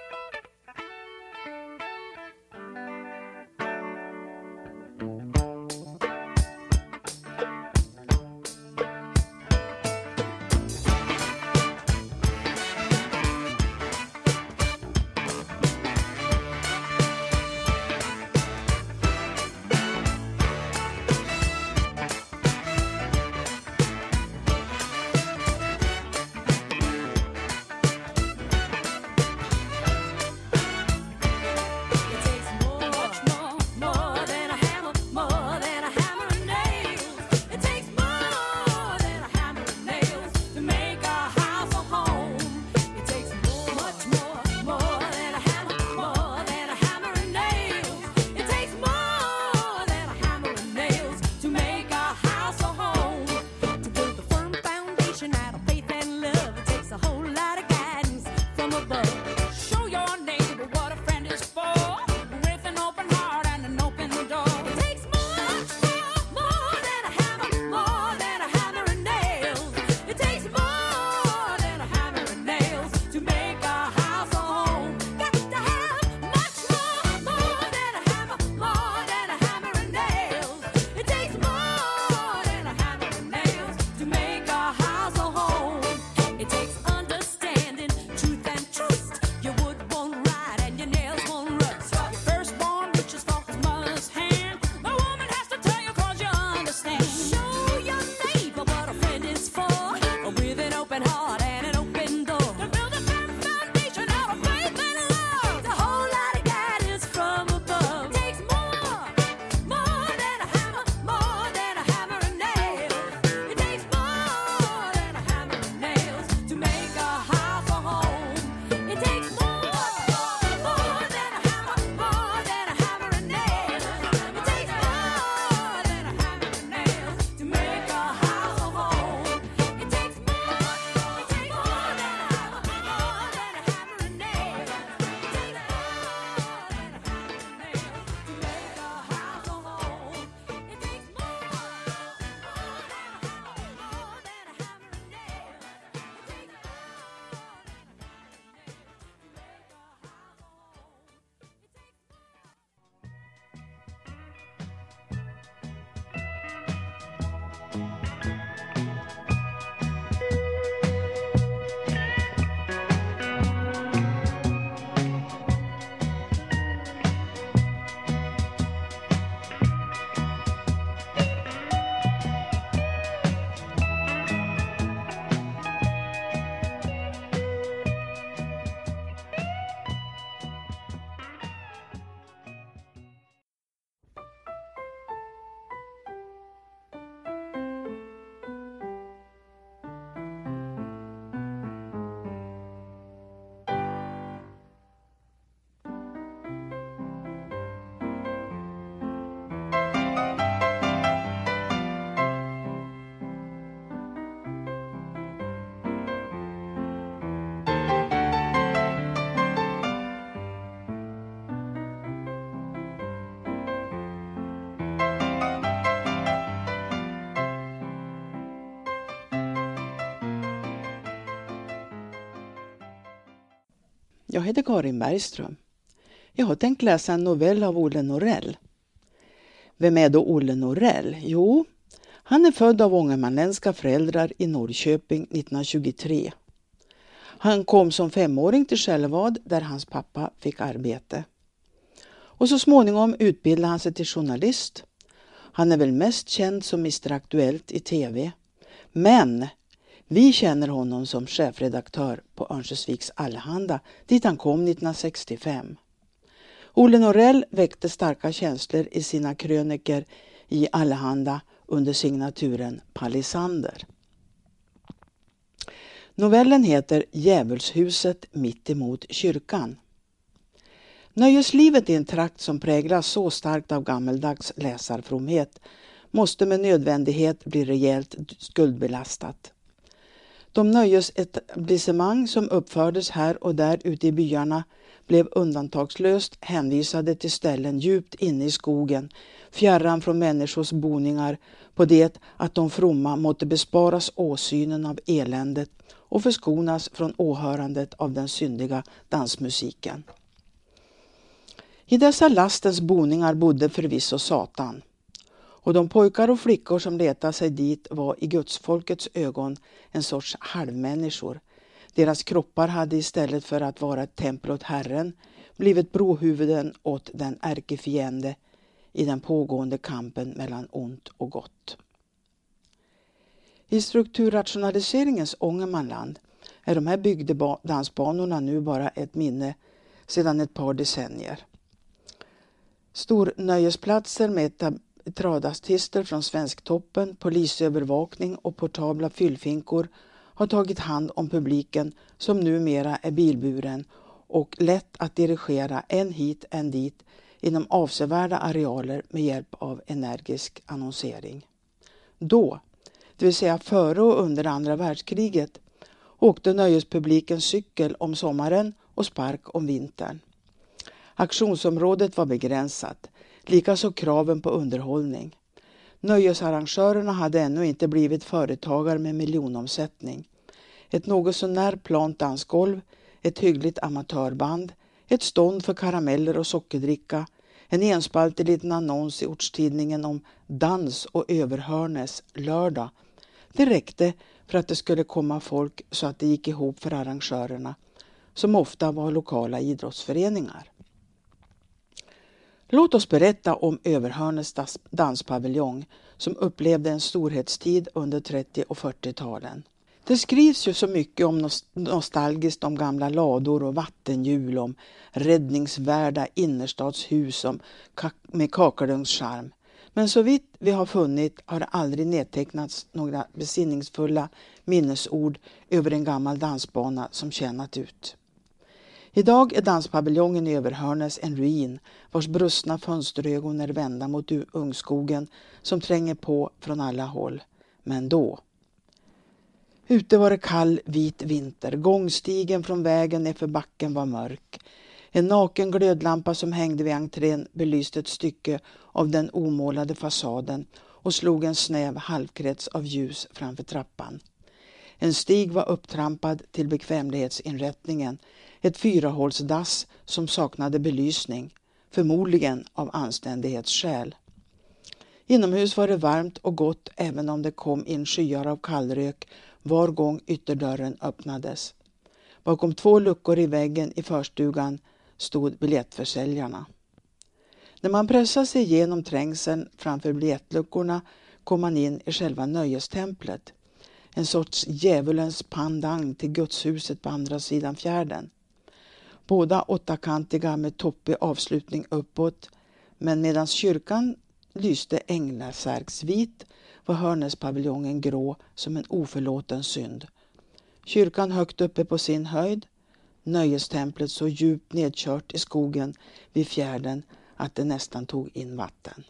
Jag heter Karin Bergström. Jag har tänkt läsa en novell av Olle Norell. Vem är då Olle Norell? Jo, han är född av ångermanländska föräldrar i Norrköping 1923. Han kom som 5-åring till Skällevad där hans pappa fick arbete. Och så småningom utbildade han sig till journalist. Han är väl mest känd som Mr. Aktuellt i tv. Men vi känner honom som chefredaktör på Örnsköldsviks Allehanda dit han kom 1965. Olle Norell väckte starka känslor i sina kröniker i Allehanda under signaturen Palisander. Novellen heter Djävulshuset mitt emot kyrkan. Nöjeslivet i en trakt som präglas så starkt av gammeldags läsarfromhet måste med nödvändighet bli rejält skuldbelastat. De nöjesetablissemang som uppfördes här och där ute i byarna blev undantagslöst hänvisade till ställen djupt inne i skogen, fjärran från människors boningar, på det att de fromma måtte besparas åsynen av eländet och förskonas från åhörandet av den syndiga dansmusiken. I dessa lastens boningar bodde förvisso Satan, och de pojkar och flickor som letade sig dit var i gudsfolkets ögon en sorts halvmänniskor. Deras kroppar hade istället för att vara ett tempel åt Herren blivit brohuvuden åt den ärkefiende i den pågående kampen mellan ont och gott. I strukturrationaliseringens Ångermanland är de här bygdedansbanorna nu bara ett minne sedan ett par decennier. Stornöjesplatser med tradartister från Svensktoppen, polisövervakning och portabla fyllfinkor har tagit hand om publiken som numera är bilburen och lätt att dirigera en hit en dit inom avsevärda arealer med hjälp av energisk annonsering. Då, det vill säga före och under andra världskriget, åkte nöjespubliken cykel om sommaren och spark om vintern. Aktionsområdet var begränsat, likaså kraven på underhållning. Nöjesarrangörerna hade ännu inte blivit företagare med miljonomsättning. Ett något så när plant dansgolv, ett hyggligt amatörband, ett stånd för karameller och sockerdricka, en enspaltig liten annons i ortstidningen om dans och överhörnes lördag. Det räckte för att det skulle komma folk så att det gick ihop för arrangörerna, som ofta var lokala idrottsföreningar. Låt oss berätta om Överhörnes danspaviljong som upplevde en storhetstid under 30- och 40-talen. Det skrivs ju så mycket om nostalgiskt om gamla lador och vattenhjul, om räddningsvärda innerstadshus med kakelugnscharm. Men så vitt vi har funnit har det aldrig nedtecknats några besinningsfulla minnesord över en gammal dansbana som tjänat ut. Idag är danspaviljongen i Överhörnes en ruin vars brustna fönsterögon är vända mot ungskogen som tränger på från alla håll. Men då. Ute var det kall vit vinter, gångstigen från vägen nerför backen var mörk. En naken glödlampa som hängde vid entrén belyste ett stycke av den omålade fasaden och slog en snäv halvkrets av ljus framför trappan. En stig var upptrampad till bekvämlighetsinrättningen, ett 4-hålsdass som saknade belysning, förmodligen av anständighetsskäl. Inomhus var det varmt och gott även om det kom in skyar av kallrök var gång ytterdörren öppnades. Bakom 2 luckor i väggen i förstugan stod biljettförsäljarna. När man pressade sig igenom trängseln framför biljettluckorna kom man in i själva nöjestemplet. En sorts djävulens pandang till gudshuset på andra sidan fjärden. Båda åttakantiga med toppig avslutning uppåt, men medan kyrkan lyste änglasärksvit var Hörnespaviljongen grå som en oförlåten synd. Kyrkan högt uppe på sin höjd, nöjestemplet så djupt nedkört i skogen vid fjärden att det nästan tog in vatten.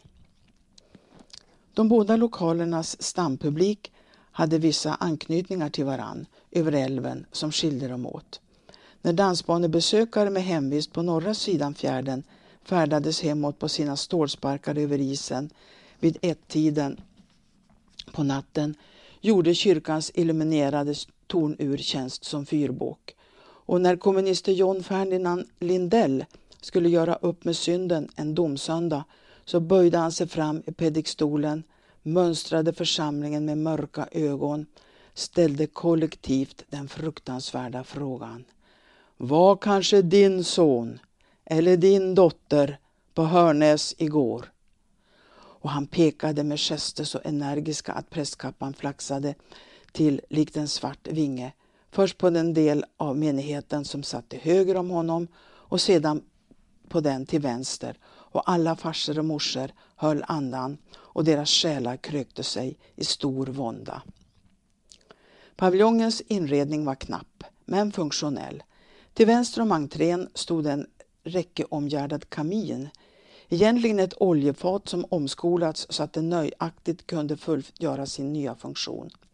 De båda lokalernas stampublik hade vissa anknytningar till varann över älven som skilde dem åt. När dansbanebesökare med hemvist på norra sidan fjärden färdades hemåt på sina stålsparkar över isen vid 1-tiden på natten gjorde kyrkans illuminerade tornur tjänst som fyrbåk. Och när kommunister John Ferdinand Lindell skulle göra upp med synden en domsöndag så böjde han sig fram i predikstolen, mönstrade församlingen med mörka ögon, ställde kollektivt den fruktansvärda frågan: var kanske din son eller din dotter på Hörnäs igår? Och han pekade med gester så energiska att prästkappan flaxade till likt en svart vinge, först på den del av menigheten som satt till höger om honom och sedan på den till vänster, och alla farser och morsor höll andan och deras själar krökte sig i stor vånda. Paviljongens inredning var knapp, men funktionell. Till vänster om entrén stod en räckeomgärdad kamin, egentligen ett oljefat som omskolats så att det nöjaktigt kunde fullgöra sin nya funktion.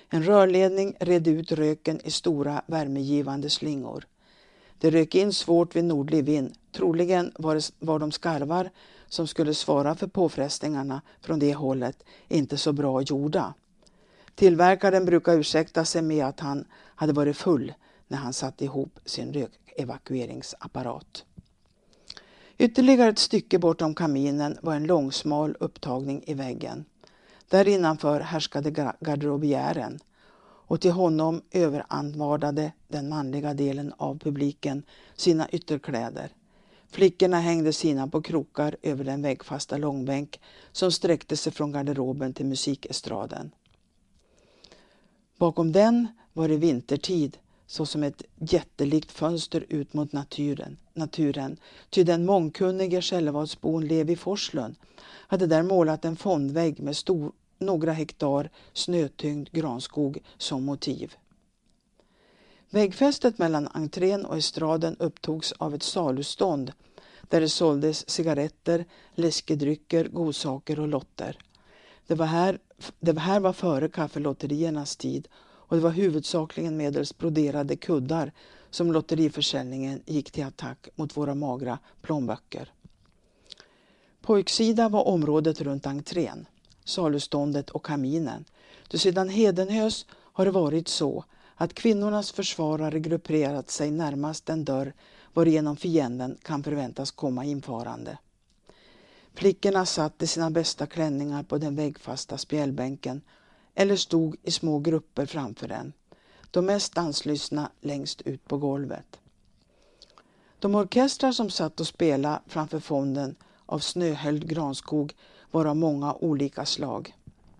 En rörledning redde ut röken i stora värmegivande slingor. Det rök in svårt vid nordlig vind. Troligen var de skarvar som skulle svara för påfrestningarna från det hållet inte så bra gjorda. Tillverkaren brukar ursäkta sig med att han hade varit full när han satte ihop sin rökevakueringsapparat. Ytterligare ett stycke bortom kaminen var en långsmal upptagning i väggen. Där innanför härskade garderobiären och till honom överanvardade den manliga delen av publiken sina ytterkläder. Flickorna hängde sina på krokar över den väggfasta långbänk som sträckte sig från garderoben till musikestraden. Bakom den var det vintertid, så som ett jättelikt fönster ut mot naturen. Ty den mångkunnige Skällevadsbon Levi Forslund hade där målat en fondvägg med några hektar snötyngd granskog som motiv. Väggfästet mellan entrén och estraden upptogs av ett salustånd där det såldes cigaretter, läskedrycker, godsaker och lotter. Det här var före kaffelotteriernas tid och det var huvudsakligen medels broderade kuddar som lotteriförsäljningen gick till attack mot våra magra plånböcker. Pojksida var området runt entrén, saluståndet och kaminen. Då sedan hedenhös har det varit så att kvinnornas försvarare grupperat sig närmast den dörr varigenom fienden kan förväntas komma infarande. Flickorna satt i sina bästa klänningar på den väggfasta spjälbänken eller stod i små grupper framför den. De mest danslystna längst ut på golvet. De orkestrar som satt och spelade framför fonden av snöhöljd granskog var av många olika slag.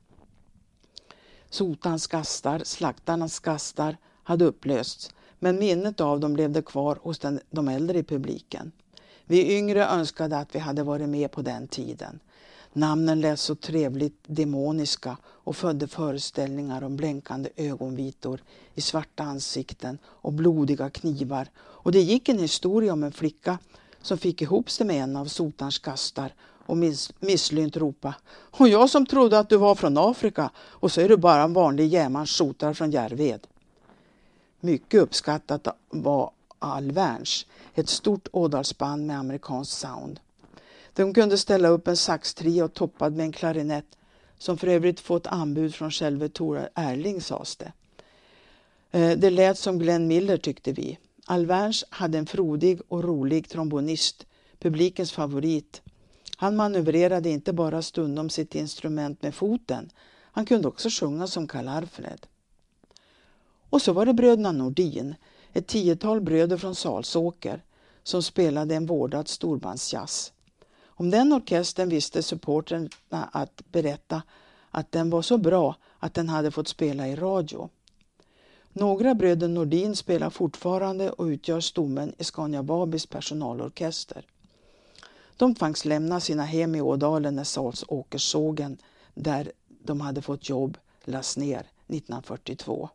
Sotans gastar, slaktarnas gastar hade upplösts, men minnet av dem levde kvar hos de äldre i publiken. Vi yngre önskade att vi hade varit med på den tiden. Namnen lät så trevligt demoniska och födde föreställningar om blänkande ögonvitor i svarta ansikten och blodiga knivar. Och det gick en historia om en flicka som fick ihop sig med en av sotans gastar och misslynt ropa: "Och jag som trodde att du var från Afrika och så är du bara en vanlig jämans sotar från Järved." Mycket uppskattat var Alvärns, ett stort ådalsband med amerikansk sound. De kunde ställa upp en saxtrio toppad med en klarinett som för övrigt fått anbud från själve Tor Erling, sades det. Det lät som Glenn Miller, tyckte vi. Alvärns hade en frodig och rolig trombonist, publikens favorit. Han manövrerade inte bara stundom sitt instrument med foten, han kunde också sjunga som Karl Alfred. Och så var det bröderna Nordin, ett 10-tal bröder från Salsåker, som spelade en vårdad storbandsjazz. Om den orkestern visste supporterna att berätta att den var så bra att den hade fått spela i radio. Några bröder Nordin spelar fortfarande och utgör stommen i Scania Babis personalorkester. De tvangs lämna sina hem i Ådalen när Salsåkerssågen, där de hade fått jobb, lades ner 1942.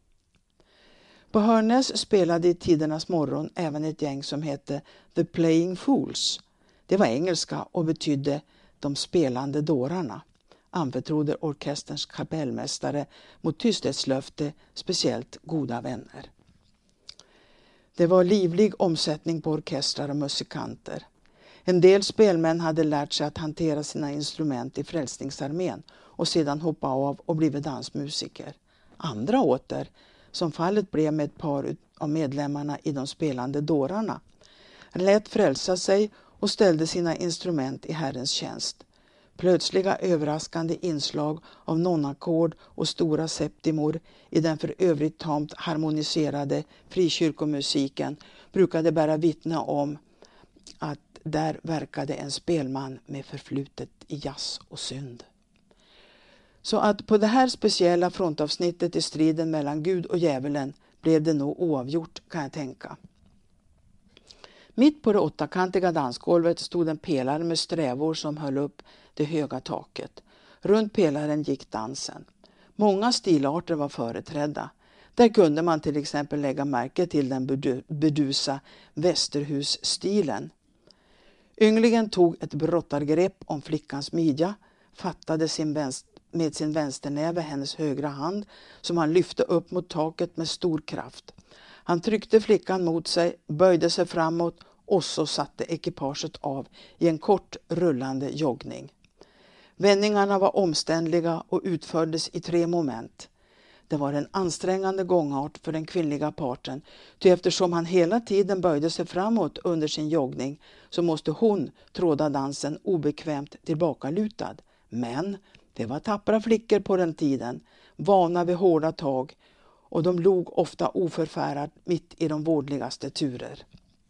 På Hörnäs spelade i tidernas morgon även ett gäng som hette The Playing Fools. Det var engelska och betydde de spelande dårarna, anförtrodde orkesterns kapellmästare mot tysthetslöfte, speciellt goda vänner. Det var livlig omsättning på orkestrar och musikanter. En del spelmän hade lärt sig att hantera sina instrument i Frälsningsarmén och sedan hoppa av och blivit dansmusiker. Andra åter, som fallet blev med ett par av medlemmarna i de spelande dårarna, lät frälsa sig och ställde sina instrument i Herrens tjänst. Plötsliga överraskande inslag av nonackord och stora septimor i den för övrigt tamt harmoniserade frikyrkomusiken brukade bära vittne om att där verkade en spelman med förflutet i jazz och synd. Så att på det här speciella frontavsnittet i striden mellan Gud och djävulen blev det nog oavgjort, kan jag tänka. Mitt på det 8-kantiga dansgolvet stod en pelare med strävor som höll upp det höga taket. Runt pelaren gick dansen. Många stilarter var företrädda. Där kunde man till exempel lägga märke till den bedusa västerhusstilen. Ynglingen tog ett brottargrepp om flickans midja, fattade sin med sin vänsternäve hennes högra hand som han lyfte upp mot taket med stor kraft. Han tryckte flickan mot sig, böjde sig framåt och så satte ekipaget av i en kort rullande joggning. Vändningarna var omständliga och utfördes i 3 moment. Det var en ansträngande gångart för den kvinnliga parten, ty eftersom han hela tiden böjde sig framåt under sin joggning så måste hon tråda dansen obekvämt tillbakalutad. Men det var tappra flickor på den tiden, vana vid hårda tag, och de log ofta oförfärat mitt i de vårdligaste turer.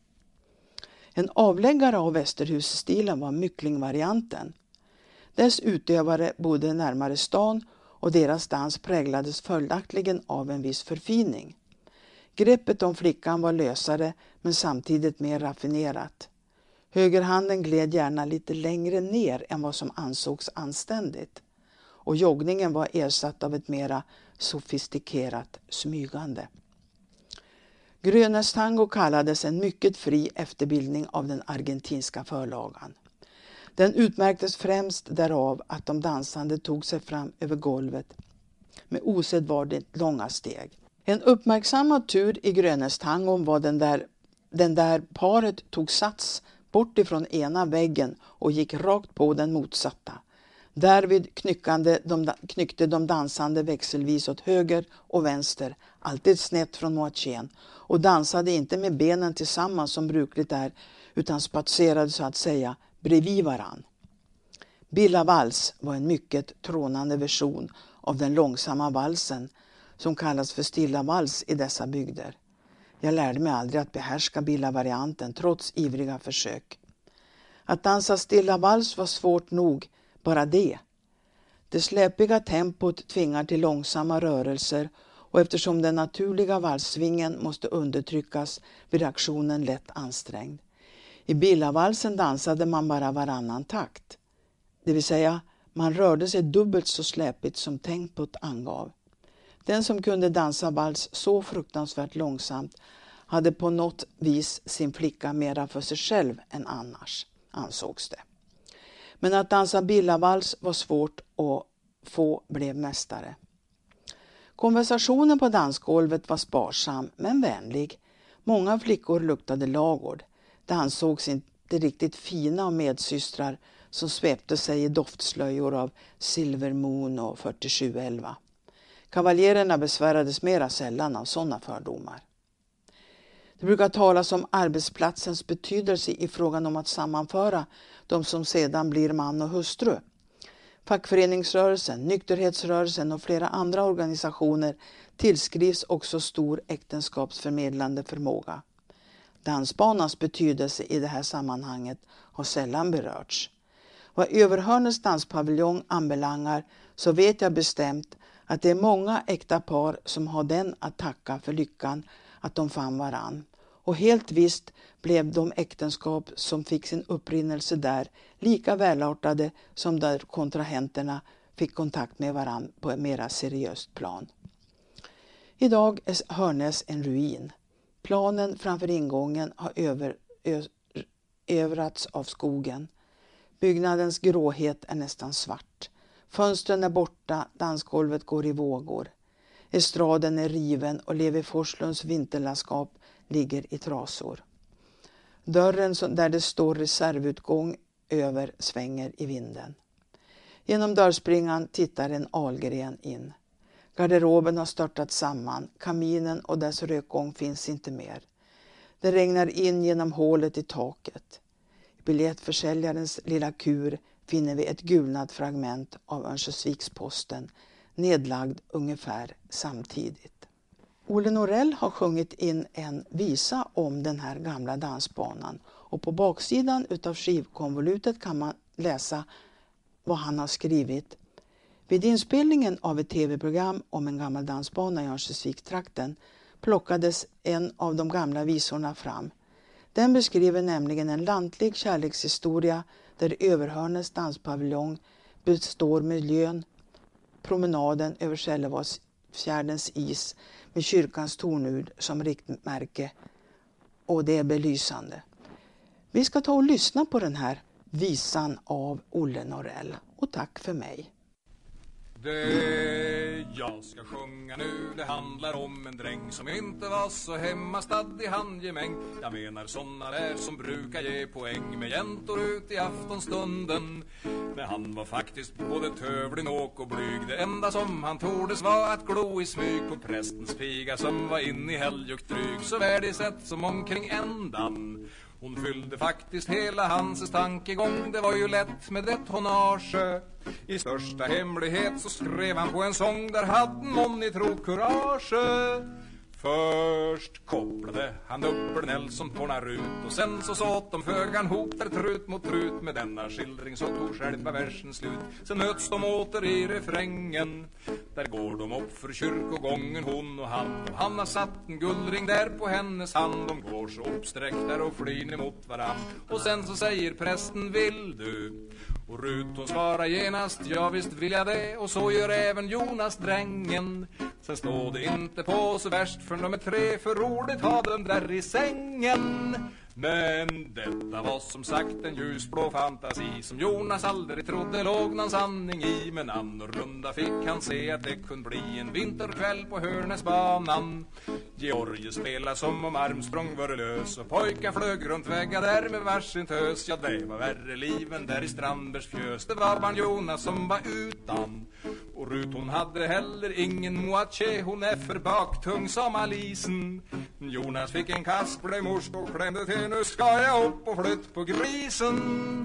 En avläggare av Västerhusstilen var Myckling-varianten. Dess utövare bodde närmare stan och deras dans präglades följaktligen av en viss förfining. Greppet om flickan var lösare men samtidigt mer raffinerat. Högerhanden gled gärna lite längre ner än vad som ansågs anständigt. Och joggningen var ersatt av ett mera sofistikerat smygande. Grönäs tango kallades en mycket fri efterbildning av den argentinska förlagan. Den utmärktes främst därav att de dansande tog sig fram över golvet med osedvanligt långa steg. En uppmärksammad tur i Grönästangon var den där paret tog sats bort ifrån ena väggen och gick rakt på den motsatta. Därvid knyckte de dansande växelvis åt höger och vänster, alltid snett från moatjen, och dansade inte med benen tillsammans som brukligt är, utan spatserade så att säga bredvid varann. Billavals var en mycket trånande version av den långsamma valsen som kallas för stilla vals i dessa bygder. Jag lärde mig aldrig att behärska billavarianten trots ivriga försök. Att dansa stilla vals var svårt nog, bara det. Det släpiga tempot tvingar till långsamma rörelser och eftersom den naturliga valssvingen måste undertryckas blir aktionen lätt ansträngd. I billavalsen dansade man bara varannan takt. Det vill säga, man rörde sig dubbelt så släpigt som tempot angav. Den som kunde dansa vals så fruktansvärt långsamt hade på något vis sin flicka mera för sig själv än annars, ansågs det. Men att dansa billavals var svårt och få blev mästare. Konversationen på dansgolvet var sparsam men vänlig. Många flickor luktade lagård. Det ansågs inte riktigt fina av medsystrar som svepte sig i doftslöjor av Silver Moon och 4711. Kavaljererna besvärades mera sällan av sådana fördomar. Det brukar talas om arbetsplatsens betydelse i frågan om att sammanföra de som sedan blir man och hustru. Fackföreningsrörelsen, nykterhetsrörelsen och flera andra organisationer tillskrivs också stor äktenskapsförmedlande förmåga. Dansbanans betydelse i det här sammanhanget har sällan berörts. Vad Överhörnes danspaviljong anbelangar så vet jag bestämt att det är många äkta par som har den att tacka för lyckan att de fann varann. Och helt visst blev de äktenskap som fick sin upprinnelse där lika välartade som där kontrahenterna fick kontakt med varann på ett mera seriöst plan. Idag är Hörnäs en ruin. Planen framför ingången har överats av skogen. Byggnadens gråhet är nästan svart. Fönstren är borta, dansgolvet går i vågor. Estraden är riven och Levi Forslunds vinterlandskap ligger i trasor. Dörren där det står reservutgång över svänger i vinden. Genom dörrspringan tittar en Ahlgren in. Garderoben har störtat samman, kaminen och dess rökgång finns inte mer. Det regnar in genom hålet i taket. I biljettförsäljarens lilla kur finner vi ett gulnat fragment av Örnsköldsviksposten, nedlagd ungefär samtidigt. Olle Norell har sjungit in en visa om den här gamla dansbanan och på baksidan utav skivkonvolutet kan man läsa vad han har skrivit. Vid inspelningen av ett tv-program om en gammal dansbana i Örnsköldsvikstrakten plockades en av de gamla visorna fram. Den beskriver nämligen en lantlig kärlekshistoria där Överhörnes danspaviljong består miljön, promenaden över Sällevadsfjärdens is med kyrkans tornur som riktmärke, och det är belysande. Vi ska ta och lyssna på den här visan av Olle Norell och tack för mig. Det jag ska sjunga nu, det handlar om en dräng som inte var så hemmastad i handgemäng. Jag menar såna där som brukar ge poäng med jäntor ut i aftonstunden. Men han var faktiskt både tövlig, åk och blyg. Det enda som han tordes var att glo i smyg på prästens piga som var inne i helg och dryg, så värdigt som omkring ändan. Hon fyllde faktiskt hela hans tankegång. Det var ju lätt med ett honnage. I största hemlighet så skrev han på en sång. Där hade någon i tro courage. Först kopplade han upp Nelson på Narut, och sen så såt de fögan hop där trut mot trut. Med denna skildring så tog själva versen slut. Sen möts de åter i refrängen. Där går de upp för kyrkogången, hon och han har satt en guldring där på hennes hand. De går så uppsträckta och flyr emot varann. Och sen så säger prästen, vill du? Och Rut hon svarar genast, ja visst vill jag det. Och så gör även Jonas, drängen. Sen står det inte på så värst för nummer 3, för roligt har den där i sängen. Men detta var som sagt en ljusblå fantasi som Jonas aldrig trodde låg någon sanning i. Men annorlunda fick han se att det kunde bli en vinterkväll på Hörnäsbanan. George spelade som om Armstrong var lös, och pojkar flög runt väggar där med varsin tös. Ja, det var värre liven där i Strandbergs fjös. Det var barn Jonas som var utan. Och Rut hon hade heller ingen moaché, hon är för baktung som Alisen. Jonas fick en kast, blev morsk och klämde till, nu ska jag upp och flytt på grisen.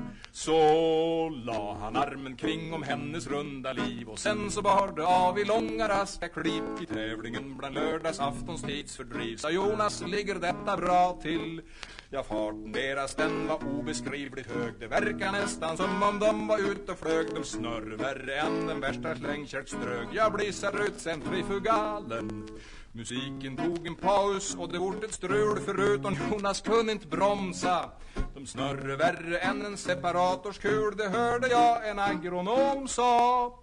Så la han armen kring om hennes runda liv, och sen så bar det av i långa raska kliv. I tävlingen bland lördagsaftons tidsfördriv, sa Jonas, ligger detta bra till? Ja, farten deras den var obeskrivligt hög. Det verkar nästan som om de var ute och flög. De snurr värre än den värsta slängkärtströg. Jag blissar ut centrifugalen. Musiken tog en paus och det vart ett strul förut, och Jonas kunde inte bromsa. De snurrade värre än en separatorskul, det hörde jag en agronom sa.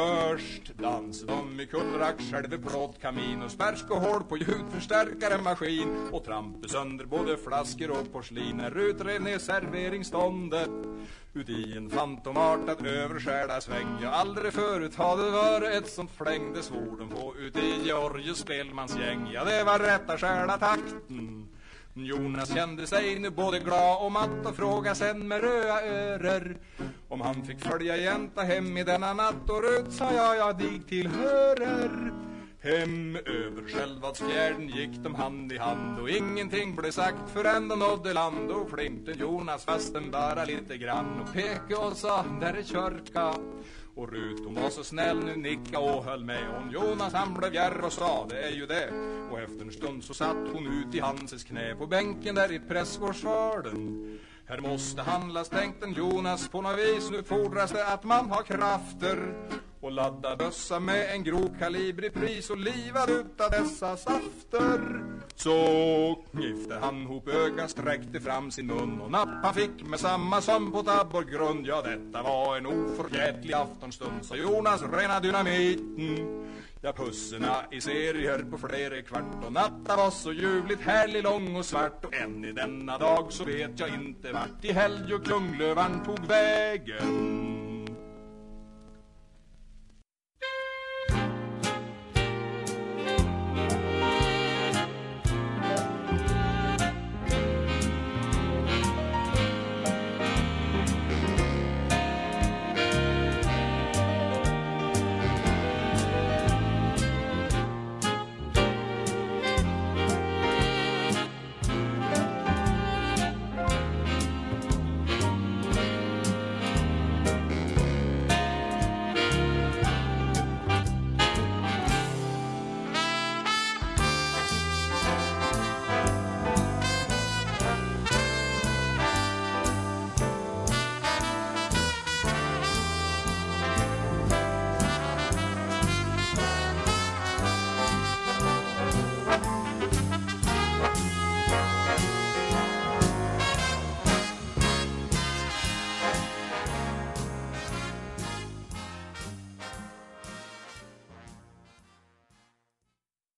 Först dansade de i kullrack, själva plåtkamin och spärsk och hål på ljudförstärkare maskin. Och trampade sönder både flaskor och porslin när utrev ner serveringsståndet. Ut i en fantomartad överskärda sväng. Jag aldrig förut hade varit ett sånt fläng. Det svor de på ut i Georges spelmansgäng. Ja, det var rätta skärda takten. Jonas kände sig nu både glad och matt och frågade sen med röda örer om han fick följa jänta hem i denna natt. Och Rut sa jag dig tillhörer. Hem över Självadsfjärden gick de hand i hand, och ingenting blev sagt förrän de nådde land. Och flinkte Jonas fasten bara lite grann och pekade och sa, där är kyrka. Och Rut hon var så snäll nu, nicka och höll med. Och Jonas han blev djärv och sa, det är ju det. Och efter en stund så satt hon ut i Hanses knä på bänken där i prästgårdsvarden. Här måste handlas, tänkte Jonas på något vis. Nu fordras det att man har krafter och ladda bössa med en grov kalibrig pris och livad ut av dessa safter. Så gifte han ihop ögon, sträckte fram sin mun och napp han fick med samma som på tabborgrund. Ja, detta var en oförgätlig aftonstund, så Jonas rena dynamiten. Ja, pusserna i serier på flera kvart, och natta var så ljuvligt härlig, lång och svart. Och än i denna dag så vet jag inte vart i helg och Klunglövan tog vägen.